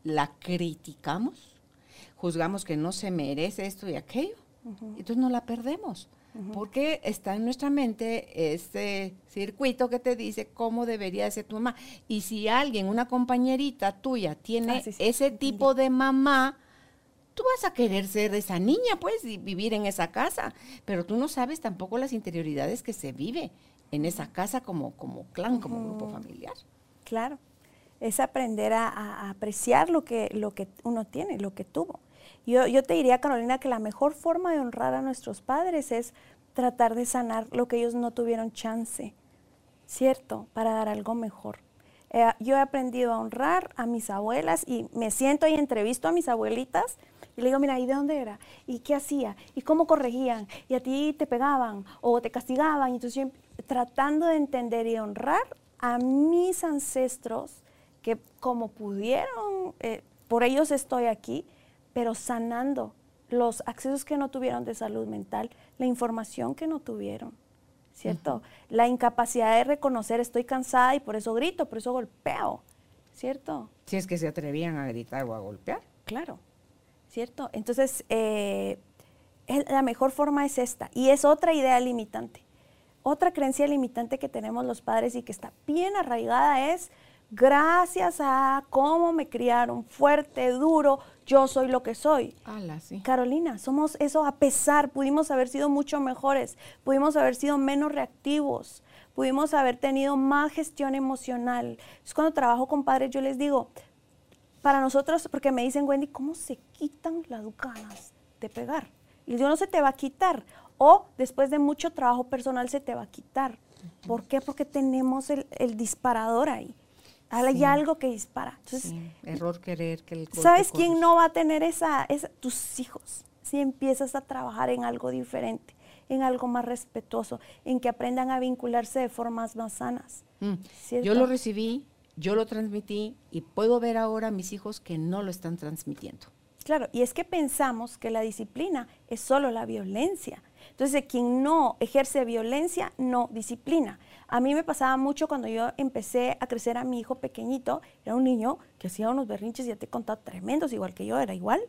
la criticamos, juzgamos que no se merece esto y aquello, uh-huh. entonces no la perdemos. Uh-huh. Porque está en nuestra mente este circuito que te dice cómo debería ser tu mamá. Y si alguien, una compañerita tuya, tiene ah, sí, sí, ese sí, tipo sí. de mamá, tú vas a querer ser esa niña, pues, y vivir en esa casa. Pero tú no sabes tampoco las interioridades que se vive en esa casa como, como clan, como uh-huh. grupo familiar. Claro. Es aprender a, a apreciar lo que, lo que uno tiene, lo que tuvo. Yo, yo te diría, Carolina, que la mejor forma de honrar a nuestros padres es tratar de sanar lo que ellos no tuvieron chance, ¿cierto? Para dar algo mejor. Eh, yo he aprendido a honrar a mis abuelas y me siento y entrevisto a mis abuelitas y le digo, mira, ¿y de dónde era? ¿Y qué hacía? ¿Y cómo corregían? ¿Y a ti te pegaban o te castigaban? Y entonces yo tratando de entender y honrar a mis ancestros que como pudieron, eh, por ellos estoy aquí, pero sanando los accesos que no tuvieron de salud mental, la información que no tuvieron, ¿cierto? Uh-huh. La incapacidad de reconocer, estoy cansada y por eso grito, por eso golpeo, ¿cierto? Si es que se atrevían a gritar o a golpear. Claro, ¿cierto? Entonces, eh, el, la mejor forma es esta, y es otra idea limitante. Otra creencia limitante que tenemos los padres y que está bien arraigada es, gracias a cómo me criaron, fuerte, duro, yo soy lo que soy. Ala, sí. Carolina, somos eso a pesar, pudimos haber sido mucho mejores, pudimos haber sido menos reactivos, pudimos haber tenido más gestión emocional. Entonces, cuando trabajo con padres, yo les digo, para nosotros, porque me dicen, Wendy, ¿cómo se quitan las ganas de pegar? Y yo, no se te va a quitar, o después de mucho trabajo personal se te va a quitar. ¿Por qué? Porque tenemos el, el disparador ahí. Hay sí. algo que dispara. Entonces, sí. Error querer que el ¿sabes quién corre? No va a tener esa, esa? Tus hijos. Si empiezas a trabajar en algo diferente, en algo más respetuoso, en que aprendan a vincularse de formas más sanas. Mm. Yo lo recibí, yo lo transmití y puedo ver ahora a mis hijos que no lo están transmitiendo. Claro, y es que pensamos que la disciplina es solo la violencia. Entonces, quien no ejerce violencia, no disciplina. A mí me pasaba mucho cuando yo empecé a crecer a mi hijo pequeñito, era un niño que hacía unos berrinches, ya te he contado, tremendos, igual que yo, era igual,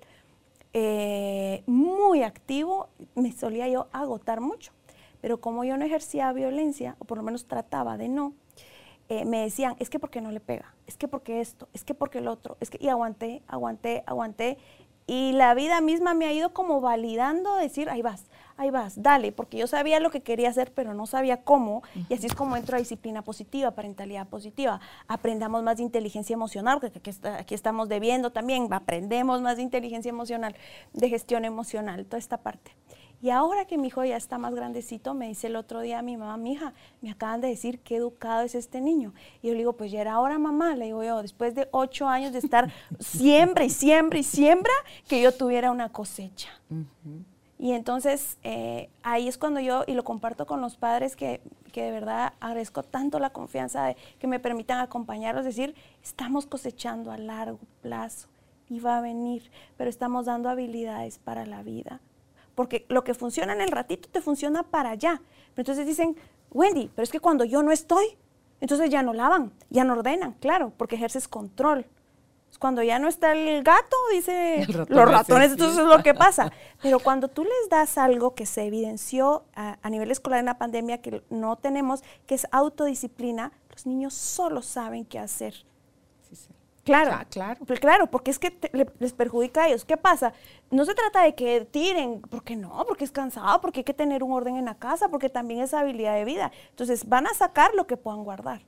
eh, muy activo, me solía yo agotar mucho. Pero como yo no ejercía violencia, o por lo menos trataba de no, eh, me decían, es que porque no le pega, es que porque esto, es que porque el otro, es que, y aguanté, aguanté, aguanté, y la vida misma me ha ido como validando, decir, ahí vas, ahí vas, dale, porque yo sabía lo que quería hacer, pero no sabía cómo, uh-huh. y así es como entro a disciplina positiva, parentalidad positiva. Aprendamos más de inteligencia emocional, que aquí, está, aquí estamos debiendo también, aprendemos más de inteligencia emocional, de gestión emocional, toda esta parte. Y ahora que mi hijo ya está más grandecito, me dice el otro día a mi mamá, mi hija, me acaban de decir qué educado es este niño. Y yo le digo, pues ya era hora, mamá, le digo yo, después de ocho años de estar siembra y siembra y siembra, que yo tuviera una cosecha. Uh-huh. Y entonces eh, ahí es cuando yo, y lo comparto con los padres, que, que de verdad agradezco tanto la confianza de que me permitan acompañarlos, decir, estamos cosechando a largo plazo y va a venir, pero estamos dando habilidades para la vida. Porque lo que funciona en el ratito te funciona para allá. Pero entonces dicen, Wendy, pero es que cuando yo no estoy, entonces ya no lavan, ya no ordenan, claro, porque ejerces control. Cuando ya no está el gato, dice ratón los ratones, entonces es lo que pasa. Pero cuando tú les das algo que se evidenció a, a nivel escolar en la pandemia, que no tenemos, que es autodisciplina, los niños solo saben qué hacer. Sí, sí. Claro, ah, claro. Pues claro, porque es que te, le, les perjudica a ellos. ¿Qué pasa? No se trata de que tiren, porque no, porque es cansado, porque hay que tener un orden en la casa, porque también es habilidad de vida. Entonces van a sacar lo que puedan guardar.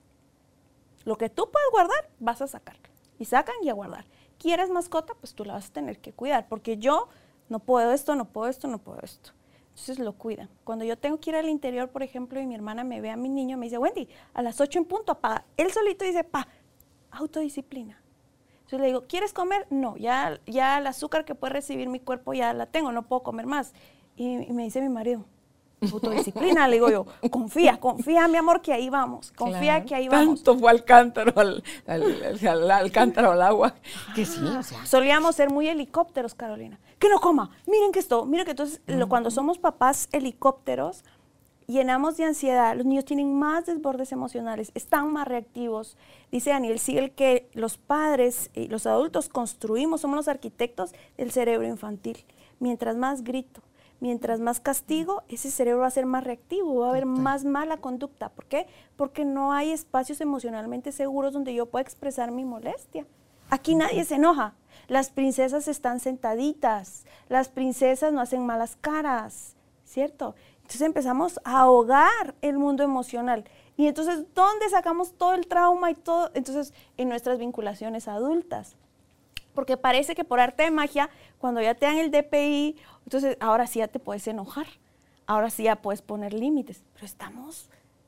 Lo que tú puedes guardar, vas a sacar. Y sacan y a guardar. ¿Quieres mascota? Pues tú la vas a tener que cuidar, porque yo no puedo esto, no puedo esto, no puedo esto. Entonces lo cuidan. Cuando yo tengo que ir al interior, por ejemplo, y mi hermana me ve a mi niño, me dice, Wendy, a las ocho en punto apaga. Él solito dice, pa, autodisciplina. Entonces le digo, ¿quieres comer? No, ya, ya el azúcar que puede recibir mi cuerpo ya la tengo, no puedo comer más. Y, y me dice mi marido, autodisciplina, le digo yo, confía, confía mi amor que ahí vamos, confía claro, que ahí vamos. Tanto fue al cántaro, al, al, al, al cántaro, al agua, ah, que sí, o sea. Solíamos ser muy helicópteros, Carolina. Que no coma, miren que esto, miren que entonces uh-huh. lo, cuando somos papás helicópteros, llenamos de ansiedad, los niños tienen más desbordes emocionales, están más reactivos. Dice Daniel Siegel que los padres y los adultos construimos, somos los arquitectos del cerebro infantil. Mientras más grito, mientras más castigo, ese cerebro va a ser más reactivo, va a haber más mala conducta. ¿Por qué? Porque no hay espacios emocionalmente seguros donde yo pueda expresar mi molestia. Aquí nadie se enoja. Las princesas están sentaditas, las princesas no hacen malas caras, ¿cierto? Entonces empezamos a ahogar el mundo emocional. Y entonces, ¿dónde sacamos todo el trauma y todo? Entonces, en nuestras vinculaciones adultas. Porque parece que por arte de magia, cuando ya te dan el D P I, entonces ahora sí ya te puedes enojar, ahora sí ya puedes poner límites. Pero estamos,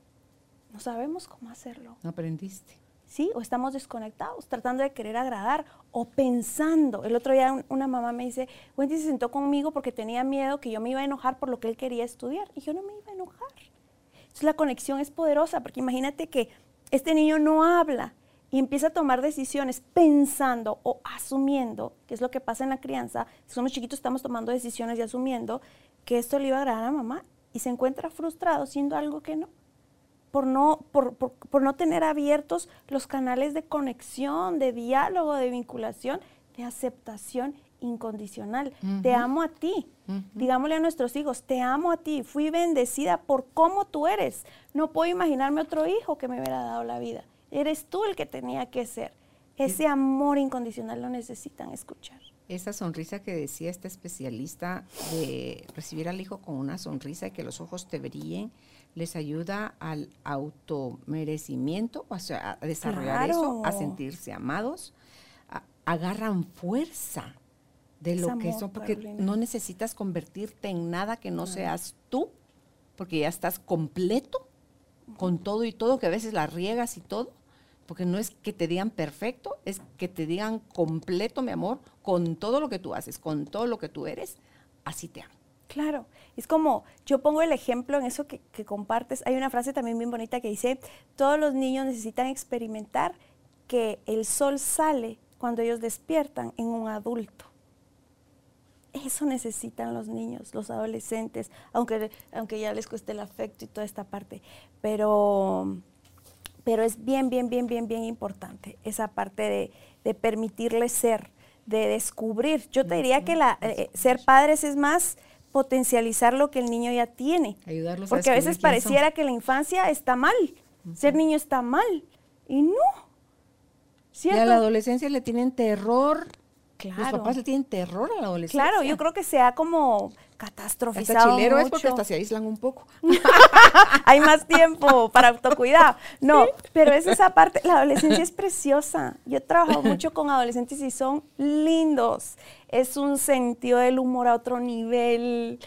no sabemos cómo hacerlo. No aprendiste. Sí, o estamos desconectados, tratando de querer agradar o pensando. El otro día un, una mamá me dice, Wendy se sentó conmigo porque tenía miedo que yo me iba a enojar por lo que él quería estudiar. Y yo no me iba a enojar. Entonces la conexión es poderosa, porque imagínate que este niño no habla y empieza a tomar decisiones pensando o asumiendo, que es lo que pasa en la crianza. Si somos chiquitos estamos tomando decisiones y asumiendo que esto le iba a agradar a mamá y se encuentra frustrado siendo algo que no. Por no, por, por, por no tener abiertos los canales de conexión, de diálogo, de vinculación, de aceptación incondicional. Uh-huh. Te amo a ti. Uh-huh. Digámosle a nuestros hijos, te amo a ti. Fui bendecida por cómo tú eres. No puedo imaginarme otro hijo que me hubiera dado la vida. Eres tú el que tenía que ser. Ese amor incondicional lo necesitan escuchar. Esa sonrisa que decía este especialista de recibir al hijo con una sonrisa y que los ojos te brillen, les ayuda al automerecimiento, o sea, a desarrollar claro. eso, a sentirse amados, a, agarran fuerza de es lo amor, que son, porque Carolina. No necesitas convertirte en nada que no, no seas tú, porque ya estás completo con todo y todo, que a veces la riegas y todo, porque no es que te digan perfecto, es que te digan completo, mi amor, con todo lo que tú haces, con todo lo que tú eres, así te amo. Claro, es como, yo pongo el ejemplo en eso que, que compartes, hay una frase también bien bonita que dice, todos los niños necesitan experimentar que el sol sale cuando ellos despiertan en un adulto. Eso necesitan los niños, los adolescentes, aunque, aunque ya les cueste el afecto y toda esta parte, pero, pero es bien, bien, bien, bien, bien importante esa parte de, de permitirles ser, de descubrir. Yo te diría que la, eh, ser padres es más potencializar lo que el niño ya tiene. Ayudarlos porque a, a veces pareciera que la infancia está mal, uh-huh. ser niño está mal, y no. ¿Cierto? Y a la adolescencia le tienen terror. Claro. Los papás le tienen terror a la adolescencia. Claro, yo creo que se ha como catastrofizado hasta chilero mucho. Es porque hasta se aíslan un poco. Hay más tiempo para autocuidado. No, pero es esa parte, la adolescencia es preciosa. Yo he trabajado mucho con adolescentes y son lindos. Es un sentido del humor a otro nivel,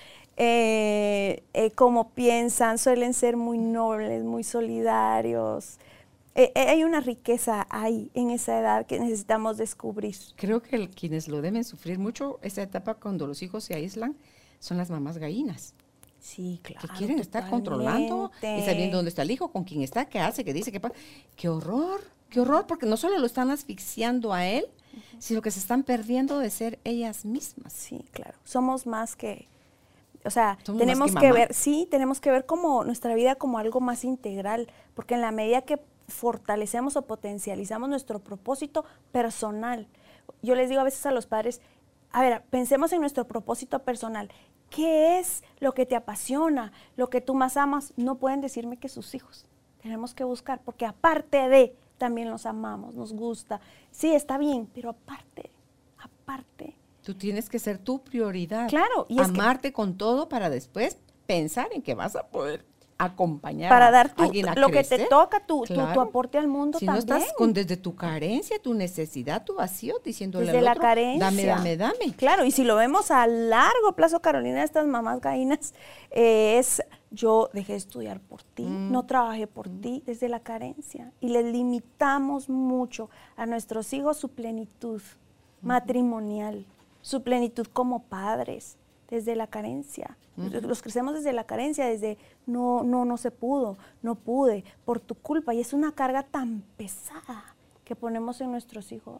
eh, eh, como piensan, suelen ser muy nobles, muy solidarios. Eh, eh, hay una riqueza ahí en esa edad que necesitamos descubrir. Creo que el, quienes lo deben sufrir mucho, esa etapa cuando los hijos se aíslan, son las mamás gallinas. Sí, claro. Que quieren totalmente. Estar controlando y sabiendo dónde está el hijo, con quién está, qué hace, qué dice, qué pasa. ¡Qué horror! ¡Qué horror! Porque no solo lo están asfixiando a él, uh-huh. sino que se están perdiendo de ser ellas mismas. Sí, claro. Somos más que... O sea, Somos tenemos que, que ver, sí, tenemos que ver como nuestra vida como algo más integral, porque en la medida que fortalecemos o potencializamos nuestro propósito personal. Yo les digo a veces a los padres, a ver, pensemos en nuestro propósito personal. ¿Qué es lo que te apasiona, lo que tú más amas? No pueden decirme que sus hijos. Tenemos que buscar, porque aparte de, también los amamos, nos gusta. Sí, está bien, pero aparte, aparte. Tú tienes que ser tu prioridad. Claro. Y es amarte que, con todo para después pensar en que vas a poder acompañar para dar tu, a alguien a lo crecer. Que te toca, tu, claro. tu, tu aporte al mundo si también. Si no estás con desde tu carencia, tu necesidad, tu vacío, diciéndole desde al la otro, carencia. dame, dame, dame. Claro, y si lo vemos a largo plazo, Carolina, estas mamás gallinas, eh, es yo dejé de estudiar por ti, mm. no trabajé por mm. ti, desde la carencia. Y les limitamos mucho a nuestros hijos su plenitud mm. matrimonial, su plenitud como padres, desde la carencia. Uh-huh. Los crecemos desde la carencia, desde no, no, no se pudo, no pude, por tu culpa. Y es una carga tan pesada que ponemos en nuestros hijos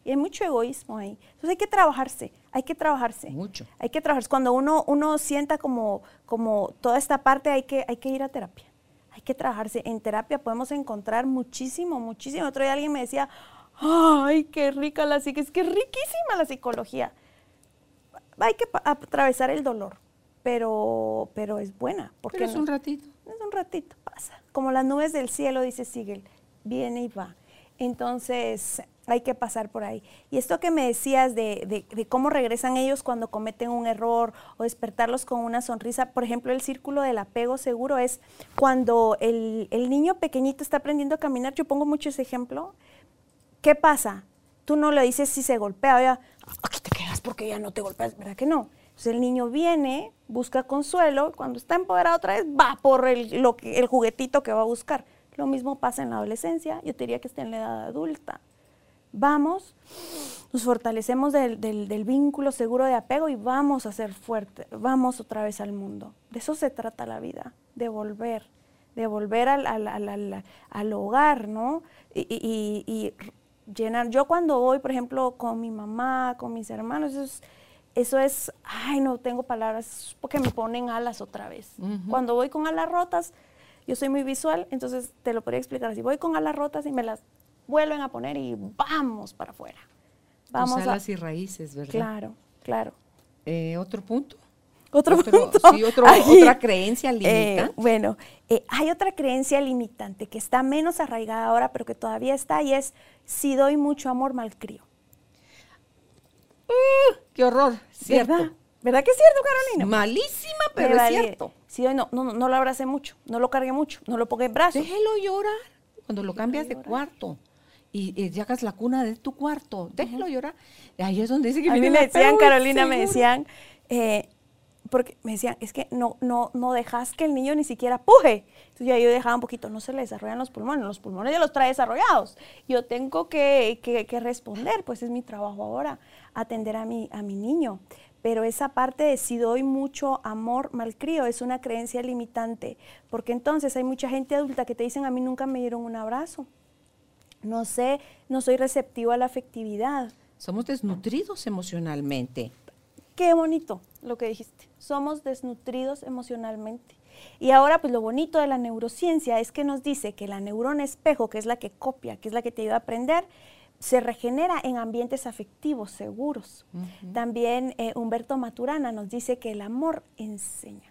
Y hay mucho egoísmo ahí. Entonces hay que trabajarse, hay que trabajarse. Mucho. Hay que trabajarse. Cuando uno, uno sienta como, como toda esta parte, hay que, hay que ir a terapia. Hay que trabajarse. En terapia podemos encontrar muchísimo, muchísimo. Otro día alguien me decía, ¡ay, qué rica la psicología! Es que es riquísima la psicología. Hay que atravesar el dolor, pero, pero es buena. Porque Pero es no, un ratito. es un ratito, pasa. Como las nubes del cielo, dice Siegel, viene y va. Entonces, hay que pasar por ahí. Y esto que me decías de, de, de cómo regresan ellos cuando cometen un error o despertarlos con una sonrisa, por ejemplo, el círculo del apego seguro es cuando el, el niño pequeñito está aprendiendo a caminar. Yo pongo mucho ese ejemplo. ¿Qué pasa? Tú no le dices si se golpea, ya, aquí te quedas porque ya no te golpeas, ¿verdad que no? Entonces el niño viene, busca consuelo, cuando está empoderado otra vez, va por el, lo que, el juguetito que va a buscar. Lo mismo pasa en la adolescencia, yo te diría que está en la edad adulta. Vamos, nos fortalecemos del, del, del vínculo seguro de apego y vamos a ser fuertes, vamos otra vez al mundo. De eso se trata la vida, de volver, de volver al, al, al, al, al hogar, ¿no? Y, y, y llenar. Yo cuando voy, por ejemplo, con mi mamá, con mis hermanos, eso es, eso es ay, no tengo palabras, porque me ponen alas otra vez. Uh-huh. Cuando voy con alas rotas, yo soy muy visual, entonces te lo podría explicar así. Voy con alas rotas y me las vuelven a poner y vamos para afuera. Vamos Tus alas a, y raíces, ¿verdad? Claro, claro. Eh, ¿Otro punto? Otro, otro, punto. Sí, otro, Aquí, otra creencia limitante. Eh, bueno, eh, hay otra creencia limitante que está menos arraigada ahora, pero que todavía está, y es, si doy mucho amor, malcrio. Uh, ¡Qué horror! Cierto. ¿Verdad? ¿Verdad que es cierto, Carolina? Malísima, pero Me es vale. cierto. Si doy, no, no, no lo abracé mucho, no lo cargué mucho, no lo ponga en brazos. Déjelo llorar cuando lo Déjelo cambias de llorar. cuarto y, y sacas la cuna de tu cuarto. Déjelo uh-huh. llorar. Ahí es donde dice que a mí viene me decían, apego Carolina, inseguro. me decían, eh, porque me decían, es que no, no, no dejas que el niño ni siquiera puje. Entonces ya yo dejaba un poquito, no se le desarrollan los pulmones, los pulmones ya los trae desarrollados. Yo tengo que, que, que responder, pues es mi trabajo ahora, atender a mi, a mi niño. Pero esa parte de si doy mucho amor, malcrio, es una creencia limitante. Porque entonces hay mucha gente adulta que te dicen, a mí nunca me dieron un abrazo. No sé, no soy receptivo a la afectividad. Somos desnutridos emocionalmente. Qué bonito lo que dijiste. Somos desnutridos emocionalmente. Y ahora, pues lo bonito de la neurociencia es que nos dice que la neurona espejo, que es la que copia, que es la que te ayuda a aprender, se regenera en ambientes afectivos seguros. Uh-huh. También eh, Humberto Maturana nos dice que el amor enseña.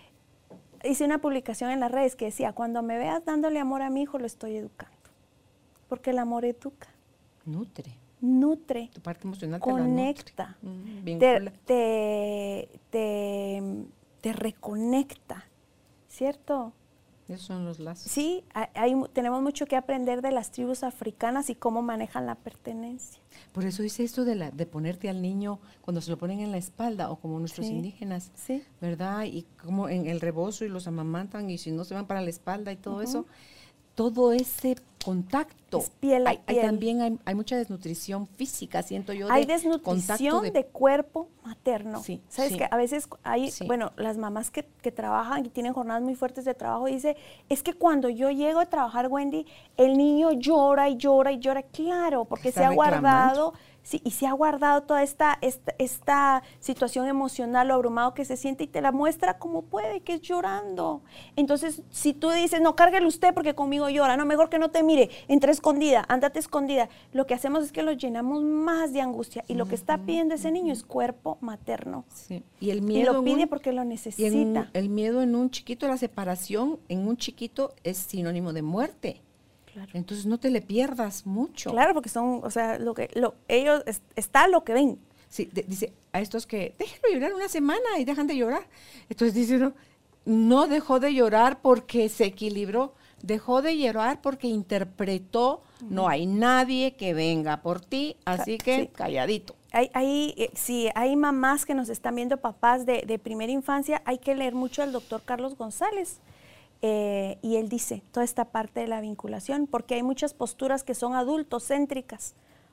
Hice una publicación en las redes que decía, cuando me veas dándole amor a mi hijo, lo estoy educando. Porque el amor educa. Nutre. Nutre. Tu parte emocional conecta. Te, la nutre. Te, te, te, te reconecta. ¿Cierto? Esos son los lazos. Sí, hay, tenemos mucho que aprender de las tribus africanas y cómo manejan la pertenencia. Por eso dice esto de, la, de ponerte al niño cuando se lo ponen en la espalda, o como nuestros sí, indígenas, sí. ¿verdad? Y como en el rebozo y los amamantan y si no se van para la espalda y todo uh-huh. eso. Todo ese contacto. Es piel a hay, piel. Hay, también hay, hay mucha desnutrición física, siento yo. Hay de desnutrición de, de cuerpo materno. Sí, ¿Sabes sí. que a veces hay, sí. bueno, las mamás que, que trabajan y tienen jornadas muy fuertes de trabajo, dice, es que cuando yo llego a trabajar, Wendy, el niño llora y llora y llora. Claro, porque se ha guardado, sí, y se ha guardado toda esta, esta, esta situación emocional, lo abrumado que se siente, y te la muestra como puede, que es llorando. Entonces, si tú dices, no, cárguele usted porque conmigo llora, no, mejor que no te mire, entre escondida, ándate escondida. Lo que hacemos es que los llenamos más de angustia, y lo que está pidiendo ese niño es cuerpo materno. Sí. Y el miedo y lo pide un, porque lo necesita. Y en, el miedo en un chiquito, la separación en un chiquito es sinónimo de muerte. Claro. Entonces no te le pierdas mucho. Claro, porque son, o sea, lo que lo, ellos es, está lo que ven. Sí, de, dice a estos que déjenlo llorar una semana y dejan de llorar. Entonces dice, no, no dejó de llorar porque se equilibró, dejó de llorar porque interpretó, uh-huh. no hay nadie que venga por ti, así que sí. calladito. Hay, hay, eh, sí, hay mamás que nos están viendo, papás de, de primera infancia, hay que leer mucho al doctor Carlos González. Eh, y él dice toda esta parte de la vinculación, porque hay muchas posturas que son adultocéntricas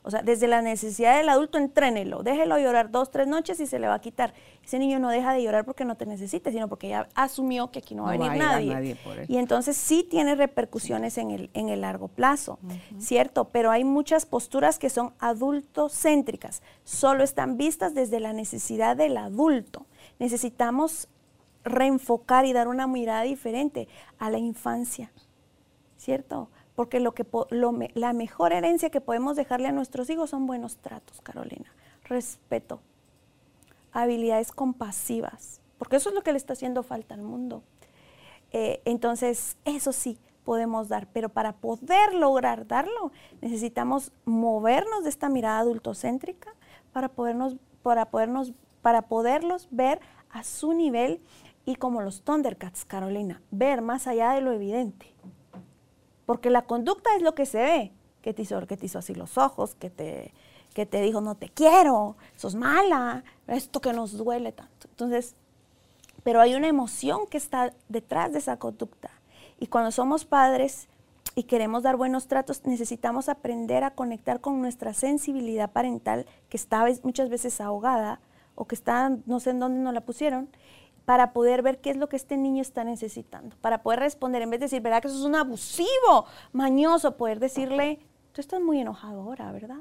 O sea, desde la necesidad del adulto, entrénelo, déjelo llorar dos, tres noches y se le va a quitar. Ese niño no deja de llorar porque no te necesite, sino porque ya asumió que aquí no va a No venir va a llegar nadie. nadie por él. Y entonces sí tiene repercusiones en el, en el largo plazo, uh-huh. ¿cierto? Pero hay muchas posturas que son adultocéntricas, solo están vistas desde la necesidad del adulto. Necesitamos reenfocar y dar una mirada diferente a la infancia, ¿cierto? Porque lo que lo, la mejor herencia que podemos dejarle a nuestros hijos son buenos tratos, Carolina, respeto, habilidades compasivas, porque eso es lo que le está haciendo falta al mundo. Eh, entonces, eso sí podemos dar, pero para poder lograr darlo, necesitamos movernos de esta mirada adultocéntrica para podernos, para podernos, para poderlos ver a su nivel y como los Thundercats, Carolina, ver más allá de lo evidente. Porque la conducta es lo que se ve, que te hizo, que te hizo así los ojos, que te, que te dijo no te quiero, sos mala, esto que nos duele tanto. Entonces, pero hay una emoción que está detrás de esa conducta. Y cuando somos padres y queremos dar buenos tratos, necesitamos aprender a conectar con nuestra sensibilidad parental, que está muchas veces ahogada, o que está, no sé en dónde nos la pusieron, para poder ver qué es lo que este niño está necesitando, para poder responder, en vez de decir, ¿verdad que eso es un abusivo, mañoso? Poder decirle, tú estás muy enojado ahora, ¿verdad?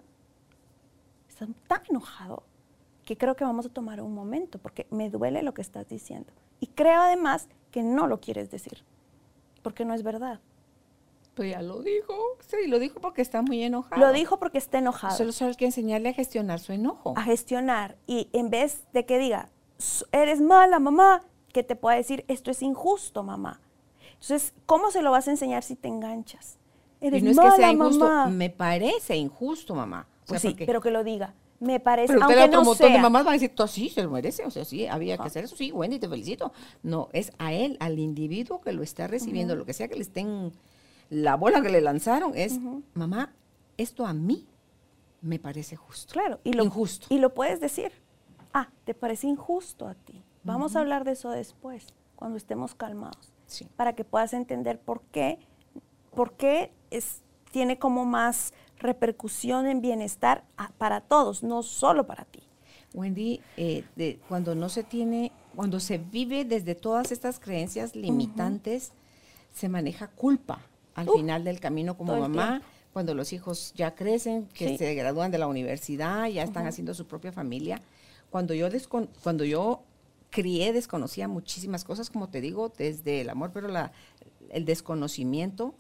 Estás tan enojado que creo que vamos a tomar un momento, porque me duele lo que estás diciendo. Y creo además que no lo quieres decir, porque no es verdad. Pues ya lo dijo, sí, lo dijo porque está muy enojado. Lo dijo porque está enojado. Solo, solo hay que enseñarle a gestionar su enojo. A gestionar, y en vez de que diga, eres mala, mamá, que te pueda decir, esto es injusto, mamá. Entonces, ¿cómo se lo vas a enseñar si te enganchas? Eres y no es mala, que sea injusto, mamá. Me parece injusto, mamá. O Pues sea, sí, porque, pero que lo diga. Me parece, pero aunque usted otro no montón sea. de mamás van a decir, tú sí, se lo merece, o sea, sí, había Ah. que hacer eso, sí, Wendy, te felicito. No, es a él, al individuo que lo está recibiendo, Uh-huh. lo que sea que le estén, la bola que le lanzaron es, uh-huh. mamá, esto a mí me parece justo. Claro, y lo, injusto. Y lo puedes decir. Ah, ¿te parece injusto a ti? Vamos uh-huh. a hablar de eso después, cuando estemos calmados, sí. para que puedas entender por qué, por qué es, tiene como más repercusión en bienestar a, para todos, no solo para ti. Wendy, eh, de, cuando no se tiene, cuando se vive desde todas estas creencias limitantes, uh-huh. se maneja culpa al uh, final del camino como mamá, cuando los hijos ya crecen, que sí. se gradúan de la universidad, ya están uh-huh. haciendo su propia familia. Cuando yo, descon- cuando yo crié, desconocía muchísimas cosas, como te digo, desde el amor, pero la, el desconocimiento,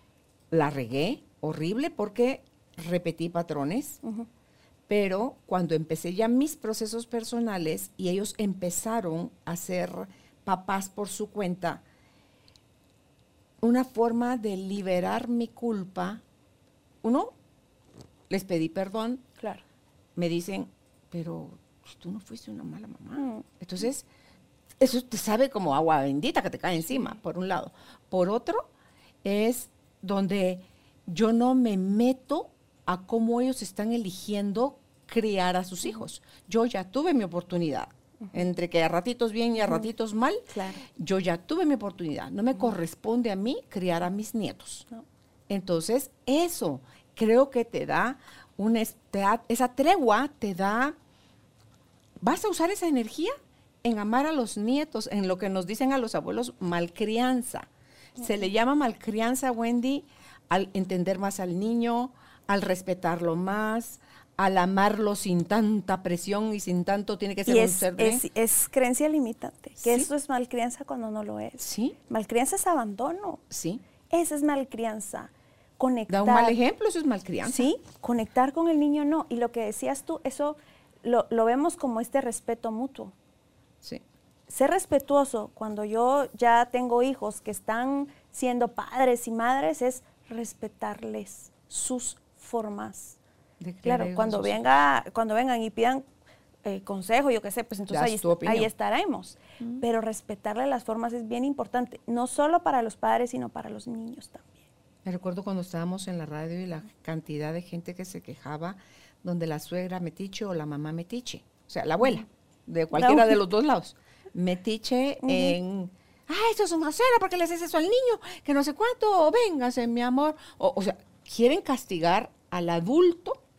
la regué horrible porque repetí patrones, uh-huh. pero cuando empecé ya mis procesos personales y ellos empezaron a ser papás por su cuenta, una forma de liberar mi culpa, uno, les pedí perdón, claro. me dicen, pero tú no fuiste una mala mamá. Mm. Entonces, eso te sabe como agua bendita que te cae encima, por un lado. Por otro, es donde yo no me meto a cómo ellos están eligiendo criar a sus hijos. Yo ya tuve mi oportunidad. Uh-huh. Entre que a ratitos bien y a ratitos mal, claro. yo ya tuve mi oportunidad. No me uh-huh. corresponde a mí criar a mis nietos. No. Entonces, eso creo que te da, una, te da, esa tregua te da, vas a usar esa energía en amar a los nietos, en lo que nos dicen a los abuelos, malcrianza. Uh-huh. Se le llama malcrianza, Wendy, al entender más al niño, al respetarlo más, al amarlo sin tanta presión y sin tanto tiene que ser y un es, ser de... es, es creencia limitante, que ¿Sí? eso es malcrianza cuando no lo es. Sí. Malcrianza es abandono. Sí. Esa es malcrianza. Conectar. Da un mal ejemplo, eso es malcrianza. Sí, conectar con el niño no. Y lo que decías tú, eso lo, lo vemos como este respeto mutuo. Sí. Ser respetuoso cuando yo ya tengo hijos que están siendo padres y madres es respetarles sus formas. Claro, cuando venga, cuando vengan y pidan eh, consejo, yo qué sé, pues entonces ahí, ahí estaremos. Mm. Pero respetarle las formas es bien importante, no solo para los padres, sino para los niños también. Me recuerdo cuando estábamos en la radio y la cantidad de gente que se quejaba donde la suegra metiche o la mamá metiche, o sea, la abuela, de cualquiera no. de los dos lados, metiche uh-huh. en, ay, esto es un grosero porque le haces eso al niño, que no sé cuánto, o véngase, mi amor, o, o sea, quieren castigar al adulto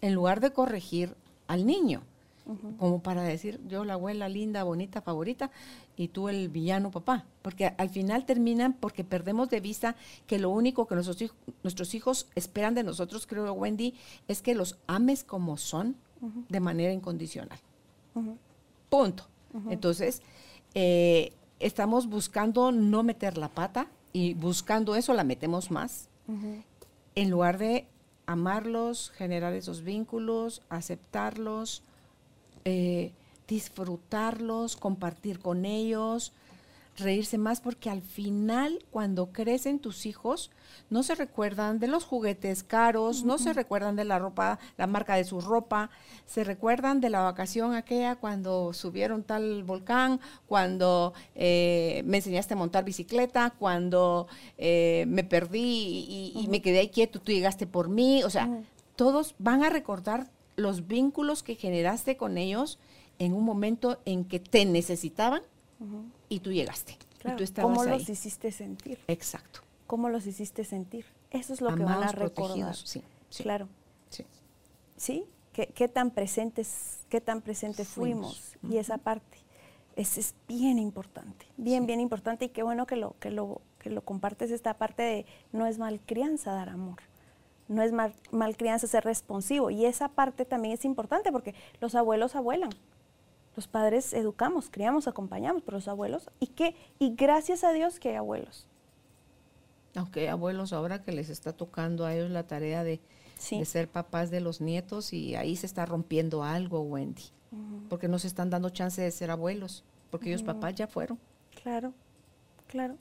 en lugar de corregir al niño. Uh-huh. Como para decir, yo la abuela linda, bonita, favorita, y tú el villano papá. Porque al final terminan porque perdemos de vista que lo único que nuestros hijos, nuestros hijos esperan de nosotros, creo, Wendy, es que los ames como son, uh-huh, de manera incondicional. Uh-huh. Punto. Uh-huh. Entonces, eh, estamos buscando no meter la pata, y buscando eso la metemos más, uh-huh, en lugar de amarlos, generar esos vínculos, aceptarlos, eh, disfrutarlos, compartir con ellos, reírse más, porque al final, cuando crecen tus hijos, no se recuerdan de los juguetes caros, uh-huh, no se recuerdan de la ropa, la marca de su ropa, se recuerdan de la vacación aquella cuando subieron tal volcán, cuando eh, me enseñaste a montar bicicleta, cuando eh, me perdí y, y uh-huh, me quedé ahí quieto, tú llegaste por mí. O sea, uh-huh, todos van a recordar los vínculos que generaste con ellos en un momento en que te necesitaban, uh-huh, y tú llegaste. Claro. Y tú estabas ¿Cómo ahí. los hiciste sentir? Exacto. ¿Cómo los hiciste sentir? Eso es lo Amados, que van a recordar. protegidos, sí, sí. Claro. Sí. ¿Sí? ¿Qué, qué tan presentes, qué tan presentes fuimos? fuimos. Uh-huh. Y esa parte es, es bien importante, bien, sí, bien importante, y qué bueno que lo, que, lo, que lo compartes, esta parte de no es malcrianza dar amor. No es mal, malcrianza ser responsivo. Y esa parte también es importante porque los abuelos abuelan. Los padres educamos, criamos, acompañamos, pero los abuelos, ¿y qué? Y gracias a Dios que hay abuelos. Aunque hay abuelos ahora que les está tocando a ellos la tarea de, sí, de ser papás de los nietos, y ahí se está rompiendo algo, Wendy. Uh-huh. Porque no se están dando chance de ser abuelos, porque uh-huh, ellos papás ya fueron. Claro, claro.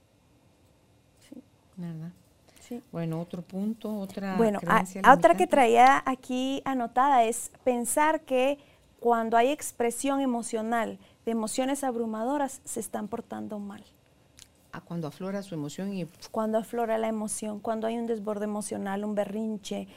Sí. Nada. Sí. Bueno, otro punto, otra bueno, creencia a, otra que traía aquí anotada es pensar que cuando hay expresión emocional de emociones abrumadoras, se están portando mal. Ah, cuando aflora su emoción y... Cuando aflora la emoción, cuando hay un desborde emocional, un berrinche,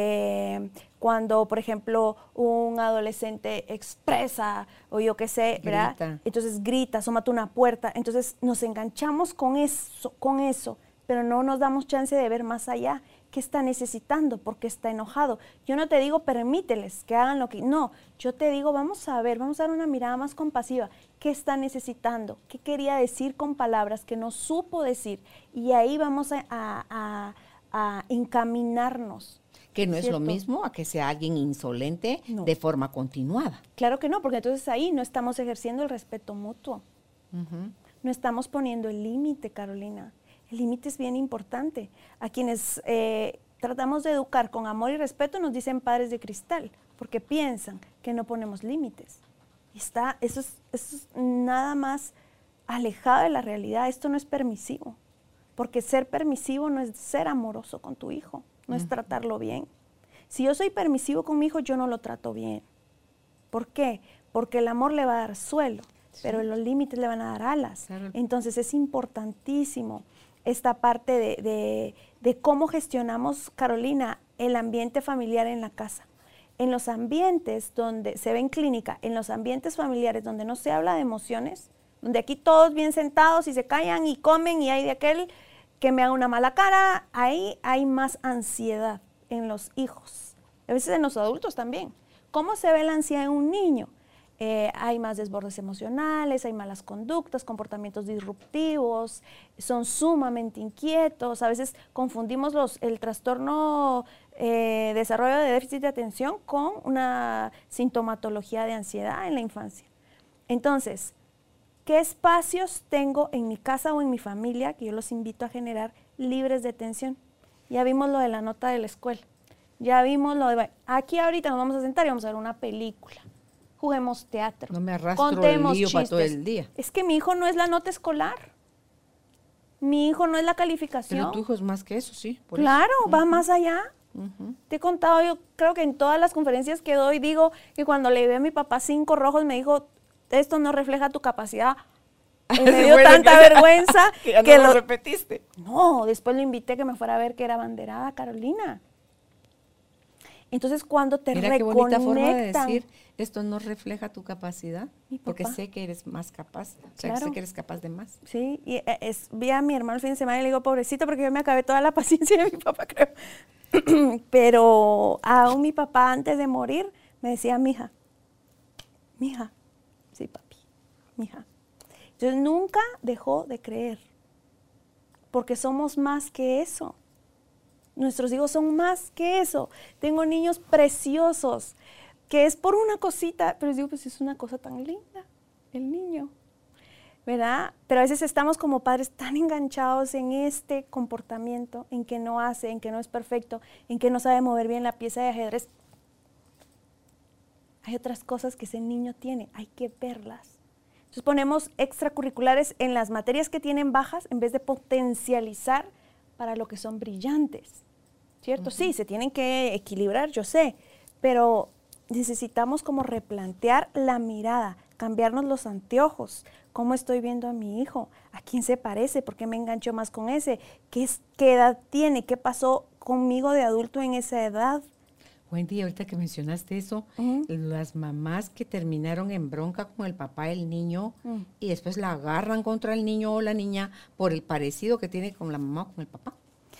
eh, cuando, por ejemplo, un adolescente expresa, o yo qué sé, ¿verdad? Grita. Entonces grita, asómate una puerta, entonces nos enganchamos con eso, con eso, pero no nos damos chance de ver más allá. ¿Qué está necesitando? ¿Por qué está enojado? Yo no te digo permíteles que hagan lo que... No, yo te digo vamos a ver, vamos a dar una mirada más compasiva. ¿Qué está necesitando? ¿Qué quería decir con palabras que no supo decir? Y ahí vamos a, a, a, a encaminarnos. Que no es ¿cierto? Lo mismo a que sea alguien insolente no, de forma continuada. Claro que no, porque entonces ahí no estamos ejerciendo el respeto mutuo. Uh-huh. No estamos poniendo el límite, Carolina. El límite es bien importante. A quienes eh, tratamos de educar con amor y respeto nos dicen padres de cristal, porque piensan que no ponemos límites. Y está, eso es, eso es nada más alejado de la realidad. Esto no es permisivo, porque ser permisivo no es ser amoroso con tu hijo, no es tratarlo bien. Si yo soy permisivo con mi hijo, yo no lo trato bien. ¿Por qué? Porque el amor le va a dar suelo, sí, pero los límites le van a dar alas. Claro. Entonces es importantísimo esta parte de, de, de cómo gestionamos, Carolina, el ambiente familiar en la casa. En los ambientes donde se ve en clínica, en los ambientes familiares donde no se habla de emociones, donde aquí todos bien sentados y se callan y comen y hay de aquel que me haga una mala cara, ahí hay más ansiedad en los hijos, a veces en los adultos también. ¿Cómo se ve la ansiedad en un niño? Eh, hay más desbordes emocionales, hay malas conductas, comportamientos disruptivos, son sumamente inquietos, a veces confundimos los, el trastorno eh, desarrollo de déficit de atención con una sintomatología de ansiedad en la infancia. Entonces, ¿qué espacios tengo en mi casa o en mi familia que yo los invito a generar libres de tensión? Ya vimos lo de la nota de la escuela, ya vimos lo de... Aquí ahorita nos vamos a sentar y vamos a ver una película. Juguemos teatro, no me arrastro contemos el lío chistes. Para todo el día. Es que mi hijo no es la nota escolar, mi hijo no es la calificación. Pero tu hijo es más que eso, sí. Por claro, eso. va uh-huh. más allá. Uh-huh. Te he contado, yo creo que en todas las conferencias que doy, digo que cuando le vi a mi papá cinco rojos, me dijo, esto no refleja tu capacidad. Y me dio bueno, tanta que, vergüenza que, ya no que lo, lo repetiste. No, después lo invité a que me fuera a ver que era abanderada, Carolina. Entonces, cuando te Mira reconectan... Mira qué bonita forma de decir, esto no refleja tu capacidad, porque sé que eres más capaz, o sea, claro. sé que eres capaz de más. Sí, y es, vi a mi hermano el fin de semana y le digo, pobrecito, porque yo me acabé toda la paciencia de mi papá, creo. pero aún mi papá antes de morir me decía, mija, mija, sí papi, mija. Entonces nunca dejó de creer, porque somos más que eso. Nuestros hijos son más que eso. Tengo niños preciosos, que es por una cosita, pero digo, pues es una cosa tan linda, el niño, ¿verdad? Pero a veces estamos como padres tan enganchados en este comportamiento, en que no hace, en que no es perfecto, en que no sabe mover bien la pieza de ajedrez. Hay otras cosas que ese niño tiene, hay que verlas. Entonces ponemos extracurriculares en las materias que tienen bajas en vez de potencializar para lo que son brillantes, ¿cierto? Uh-huh. Sí, se tienen que equilibrar, yo sé, pero necesitamos como replantear la mirada, cambiarnos los anteojos. ¿Cómo estoy viendo a mi hijo? ¿A quién se parece? ¿Por qué me engancho más con ese? ¿Qué, es, qué edad tiene? ¿Qué pasó conmigo de adulto en esa edad? Wendy, ahorita que mencionaste eso, uh-huh. las mamás que terminaron en bronca con el papá del niño uh-huh. y después la agarran contra el niño o la niña por el parecido que tiene con la mamá o con el papá.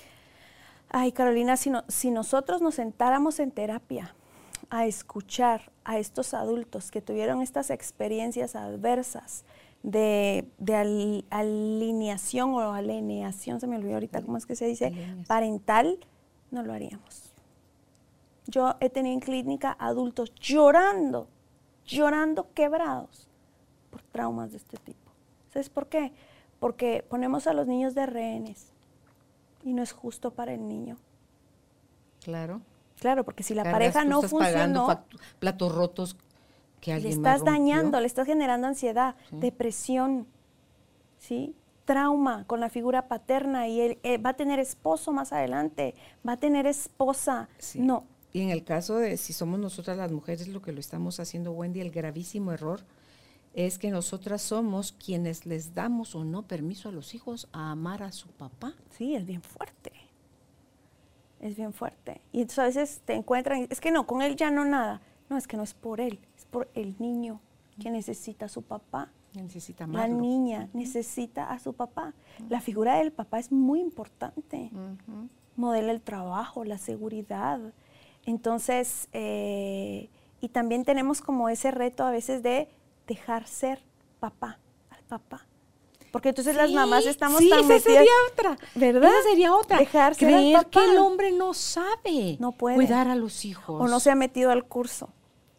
Ay, Carolina, si, no, si nosotros nos sentáramos en terapia a escuchar a estos adultos que tuvieron estas experiencias adversas de, de al, alineación o alineación, se me olvidó ahorita cómo es que se dice, parental, no lo haríamos. Yo he tenido en clínica adultos llorando, llorando quebrados por traumas de este tipo. ¿Sabes por qué? Porque ponemos a los niños de rehenes y no es justo para el niño. Claro. Claro, porque si la Cargas, pareja no estás funcionó, pagando platos rotos que alguien le estás más dañando, le estás generando ansiedad, sí. depresión, ¿sí? Trauma con la figura paterna y él eh, va a tener esposo más adelante, va a tener esposa. Sí. No. Y en el caso de si somos nosotras las mujeres lo que lo estamos haciendo, Wendy, el gravísimo error es que nosotras somos quienes les damos o no permiso a los hijos a amar a su papá. Sí, es bien fuerte. Es bien fuerte. Y entonces a veces te encuentran, es que no, con él ya no nada. No, es que no es por él, es por el niño que necesita a su papá. Necesita amarlo. La niña uh-huh. necesita a su papá. Uh-huh. La figura del papá es muy importante. Uh-huh. Modela el trabajo, la seguridad. Entonces, eh, y también tenemos como ese reto a veces de dejar ser papá, al papá. Porque entonces sí, las mamás estamos sí, tan esa metidas, sería otra, ¿verdad? Esa sería otra. Dejar ser Creer al papá. que el hombre no sabe no puede cuidar a los hijos. O no se ha metido al curso.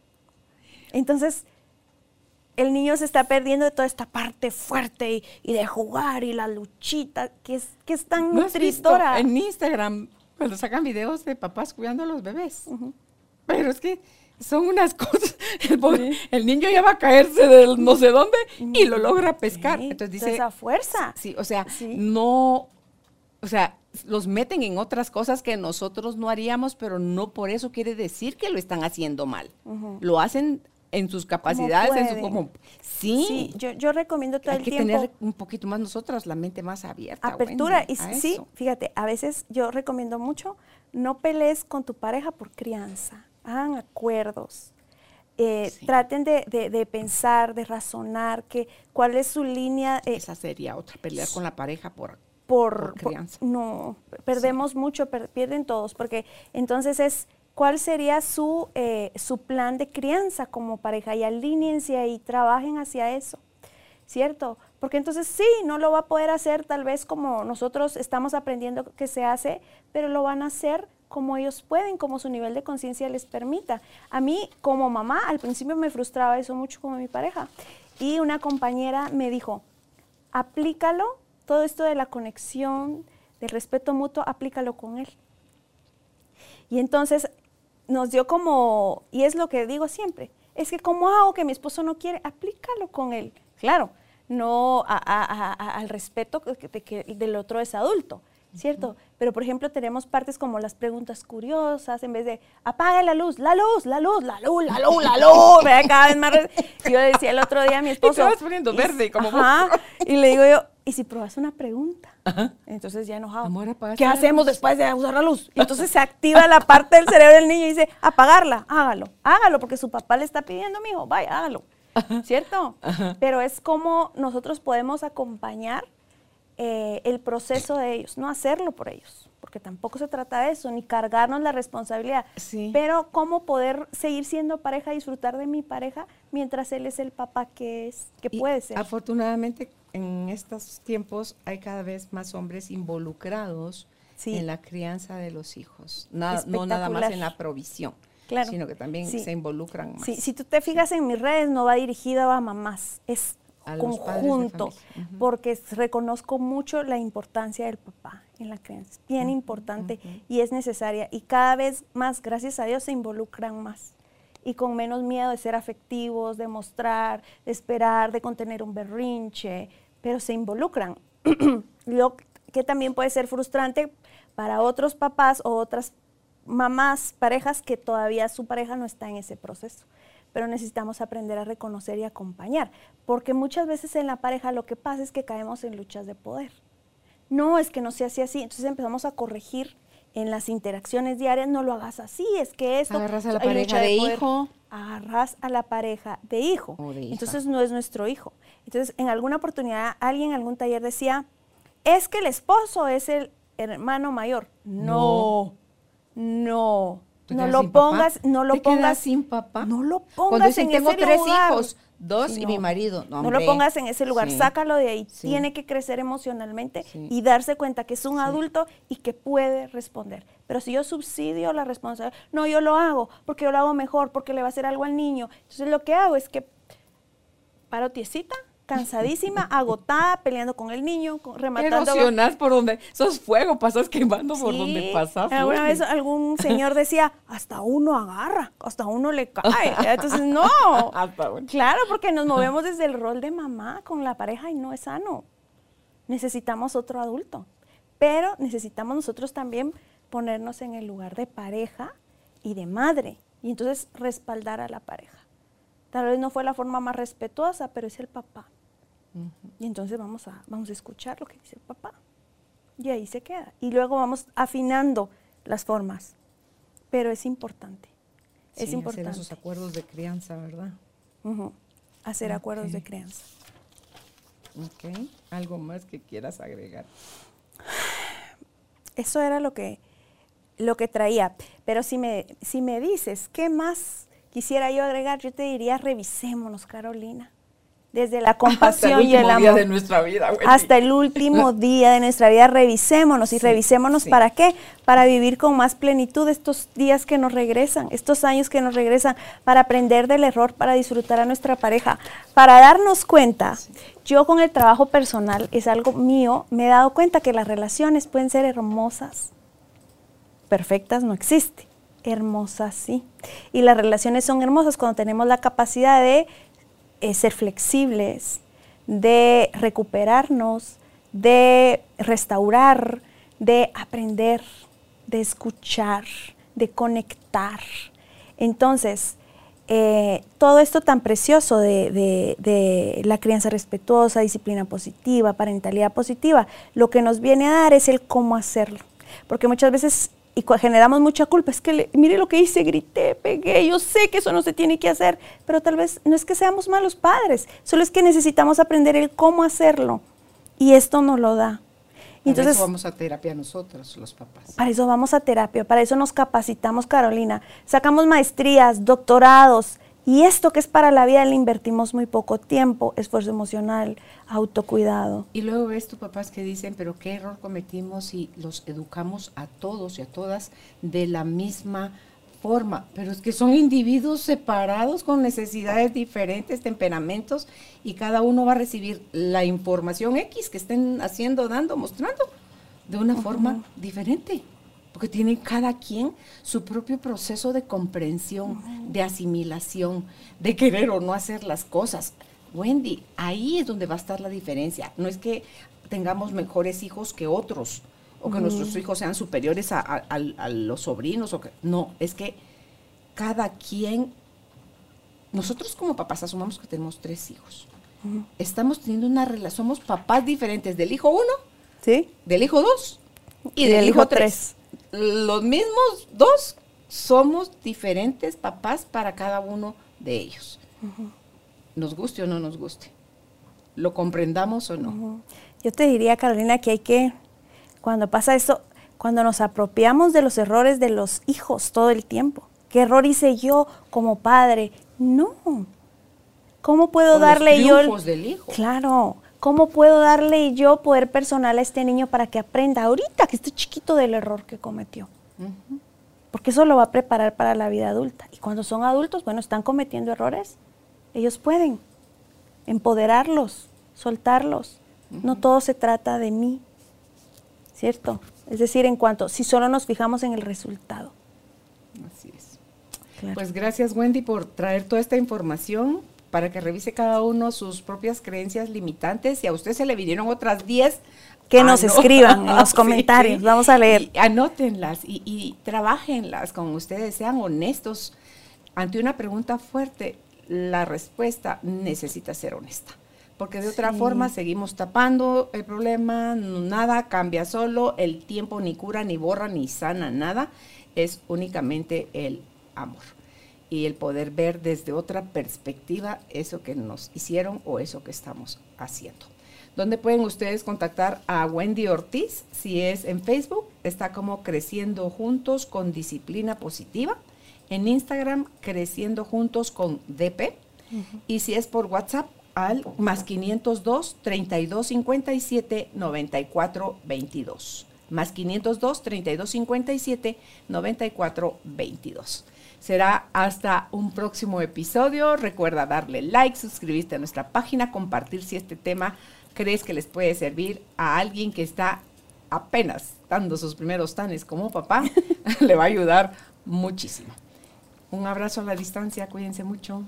Entonces, el niño se está perdiendo de toda esta parte fuerte y, y de jugar y la luchita, que es, que es tan ¿No nutridora. En Instagram, cuando sacan videos de papás cuidando a los bebés. Uh-huh. Pero es que son unas cosas, el, pobre, sí. el niño ya va a caerse del no sé dónde uh-huh. y lo logra pescar. Sí, entonces dice, esa fuerza. Sí, o sea, sí. no, o sea, los meten en otras cosas que nosotros no haríamos, pero no por eso quiere decir que lo están haciendo mal. Uh-huh. Lo hacen en sus capacidades, en su como, sí. sí yo, yo recomiendo todo Hay el que tiempo. tener un poquito más nosotras, la mente más abierta. Apertura, Wendy, y sí, eso. Fíjate, a veces yo recomiendo mucho, no pelees con tu pareja por crianza, hagan acuerdos, eh, sí. traten de, de, de pensar, de razonar, que, cuál es su línea. Eh, Esa sería otra, pelear con la pareja por, por, por crianza. Por, no, perdemos sí. mucho, per, pierden todos, porque entonces es, ¿cuál sería su, eh, su plan de crianza como pareja? Y alíñense y trabajen hacia eso, ¿cierto? Porque entonces sí, no lo va a poder hacer tal vez como nosotros estamos aprendiendo que se hace, pero lo van a hacer como ellos pueden, como su nivel de conciencia les permita. A mí, como mamá, al principio me frustraba eso mucho como mi pareja. Y una compañera me dijo, aplícalo, todo esto de la conexión, del respeto mutuo, aplícalo con él. Y entonces nos dio como, y es lo que digo siempre, es que ¿cómo hago que mi esposo no quiere? Aplícalo con él. Claro, no a, a, a, al respeto de que del otro es adulto, ¿cierto? Uh-huh. Pero, por ejemplo, tenemos partes como las preguntas curiosas, en vez de, apaga la luz, la luz, la luz, la luz, la luz, la luz, ¿verdad? Cada vez más. Yo decía el otro día a mi esposo. Y te vas poniendo verde. Y, como ajá, y le digo yo, ¿y si probas una pregunta? Ajá. Entonces ya enojado. Amor, ¿qué hacemos después de usar la luz? Y entonces se activa la parte del cerebro del niño y dice, apagarla, hágalo, hágalo, porque su papá le está pidiendo, mijo, vaya, hágalo. Ajá. ¿Cierto? Ajá. Pero es como nosotros podemos acompañar eh, el proceso de ellos, no hacerlo por ellos. porque tampoco se trata de eso, ni cargarnos la responsabilidad, Sí. pero cómo poder seguir siendo pareja, disfrutar de mi pareja, mientras él es el papá que es, que Y puede ser. afortunadamente, en estos tiempos hay cada vez más hombres involucrados Sí. en la crianza de los hijos. Na- no nada más Espectacular. en la provisión, Claro. sino que también Sí. se involucran más. Sí, si tú te fijas en mis redes, no va dirigido a mamás, es A los padres de conjunto, familia. Ujú. porque s- reconozco mucho la importancia del papá en la crianza. Es bien importante y es necesaria. Y cada vez más, gracias a Dios, se involucran más. Y con menos miedo de ser afectivos, de mostrar, de esperar, de contener un berrinche, pero se involucran. Lo que también puede ser frustrante para otros papás o otras mamás, parejas que todavía su pareja no está en ese proceso. Pero necesitamos aprender a reconocer y acompañar, porque muchas veces en la pareja lo que pasa es que caemos en luchas de poder. No, es que no sea así, así. Entonces empezamos a corregir en las interacciones diarias, no lo hagas así, es que esto... Agarras a la hay pareja lucha de poder. hijo. Agarras a la pareja de hijo. O de hija. Entonces no es nuestro hijo. Entonces en alguna oportunidad alguien en algún taller decía, es que el esposo es el hermano mayor. No, no. ¿Te No quedas lo sin papá? pongas, no lo ¿Te quedas pongas sin papá? No lo Cuando pongas dicen, en tengo ese tres lugar. hijos, dos Sí, y no. mi marido. No, No hombre. lo pongas en ese lugar, Sí. sácalo de ahí. Sí. Tiene que crecer emocionalmente Sí. y darse cuenta que es un Sí. adulto y que puede responder. Pero si yo subsidio la responsabilidad, no, yo lo hago porque yo lo hago mejor, porque le va a hacer algo al niño. Entonces lo que hago es que paro tiesita, cansadísima, agotada, peleando con el niño, con- rematando. Erosionas por donde, sos fuego, pasas quemando por Sí, donde pasas. alguna uy. vez algún señor decía, hasta uno agarra, hasta uno le cae. Entonces, no. Hasta bueno. Claro, porque nos movemos desde el rol de mamá con la pareja y no es sano. Necesitamos otro adulto. Pero necesitamos nosotros también ponernos en el lugar de pareja y de madre. Y entonces respaldar a la pareja. Tal vez no fue la forma más respetuosa, pero es el papá. Y entonces vamos a, vamos a escuchar lo que dice el papá. Y ahí se queda. Y luego vamos afinando las formas. Pero es importante. Es Sí, importante. hacer esos acuerdos de crianza, ¿verdad? Ujú. Hacer acuerdos Ok. de crianza. Ok. ¿Algo más que quieras agregar? Eso era lo que, lo que traía. Pero si me, si me dices, ¿qué más quisiera yo agregar? Yo te diría, revisémonos, Carolina. Desde la compasión Hasta el y el último amor. día de nuestra vida, Wendy. Hasta el último día de nuestra vida, revisémonos. ¿Y Sí, revisémonos sí. para qué? Para vivir con más plenitud estos días que nos regresan, estos años que nos regresan, para aprender del error, para disfrutar a nuestra pareja, para darnos cuenta. Yo con el trabajo personal, es algo mío, me he dado cuenta que las relaciones pueden ser hermosas. Perfectas no existe, hermosas sí. Y las relaciones son hermosas cuando tenemos la capacidad de eh, ser flexibles, de recuperarnos, de restaurar, de aprender, de escuchar, de conectar. Entonces, eh, todo esto tan precioso de, de, de la crianza respetuosa, disciplina positiva, parentalidad positiva, lo que nos viene a dar es el cómo hacerlo. Porque muchas veces y generamos mucha culpa, es que le, mire lo que hice, grité, pegué, yo sé que eso no se tiene que hacer, pero tal vez no es que seamos malos padres, solo es que necesitamos aprender el cómo hacerlo y esto nos lo da. Y entonces, para eso vamos a terapia nosotros, los papás. Para eso vamos a terapia, para eso nos capacitamos, Carolina, sacamos maestrías, doctorados, y esto que es para la vida le invertimos muy poco tiempo, esfuerzo emocional, autocuidado. Y luego ves tus papás que dicen, pero qué error cometimos si los educamos a todos y a todas de la misma forma. Pero es que son individuos separados con necesidades diferentes, temperamentos, y cada uno va a recibir la información X que estén haciendo, dando, mostrando, de una uh-huh. forma diferente. Porque tienen cada quien su propio proceso de comprensión, uh-huh. de asimilación, de querer o no hacer las cosas. Wendy, ahí es donde va a estar la diferencia. No es que tengamos mejores hijos que otros, o que uh-huh. nuestros hijos sean superiores a, a, a, a los sobrinos, o que, no, es que cada quien, nosotros como papás asumamos que tenemos tres hijos. Uh-huh. Estamos teniendo una relación, somos papás diferentes del hijo uno, ¿sí? Del hijo dos y, y del, del hijo hijo tres. Los mismos dos somos diferentes papás para cada uno de ellos. Uh-huh. Nos guste o no nos guste. Lo comprendamos o no. Uh-huh. Yo te diría, Carolina, que hay que, cuando pasa eso, cuando nos apropiamos de los errores de los hijos todo el tiempo. ¿Qué error hice yo como padre? No. ¿Cómo puedo Con darle los yo? triunfos del hijo. Claro. ¿Cómo puedo darle yo poder personal a este niño para que aprenda ahorita que esté chiquito del error que cometió? Uh-huh. Porque eso lo va a preparar para la vida adulta. Y cuando son adultos, bueno, están cometiendo errores, ellos pueden empoderarlos, soltarlos. Uh-huh. No todo se trata de mí, ¿cierto? Es decir, en cuanto, si solo nos fijamos en el resultado. Así es. Claro. Pues gracias, Wendy, por traer toda esta información para que revise cada uno sus propias creencias limitantes. Y a usted se le vinieron otras diez. Que nos escriban en los comentarios, sí, vamos a leer. Y anótenlas y, y trabajenlas con ustedes, sean honestos. Ante una pregunta fuerte, la respuesta necesita ser honesta. Porque de otra sí. forma seguimos tapando el problema, nada cambia solo, el tiempo ni cura, ni borra, ni sana, nada. Es únicamente el amor. Y el poder ver desde otra perspectiva eso que nos hicieron o eso que estamos haciendo. ¿Dónde pueden ustedes contactar a Wendy Ortiz? Si es en Facebook, está como Creciendo Juntos con Disciplina Positiva. En Instagram, Creciendo Juntos con D P. Uh-huh. Y si es por WhatsApp, al más quinientos dos, treinta y dos cincuenta y siete, noventa y cuatro veintidós. Más quinientos dos, treinta y dos cincuenta y siete, noventa y cuatro veintidós. Será hasta un próximo episodio. Recuerda darle like, suscribirte a nuestra página, compartir si este tema crees que les puede servir a alguien que está apenas dando sus primeros tanes como papá. Le va a ayudar muchísimo. Un abrazo a la distancia, cuídense mucho.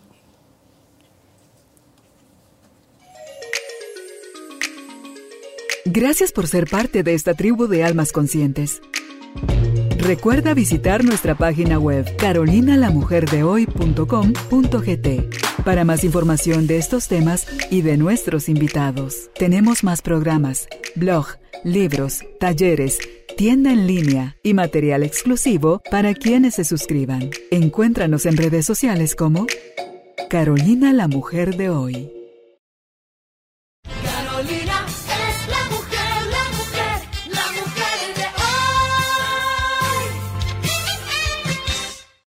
Gracias por ser parte de esta tribu de almas conscientes. Recuerda visitar nuestra página web carolina la mujer de hoy punto com punto gt para más información de estos temas y de nuestros invitados. Tenemos más programas, blog, libros, talleres, tienda en línea y material exclusivo para quienes se suscriban. Encuéntranos en redes sociales como Carolina la Mujer de Hoy. Carolina.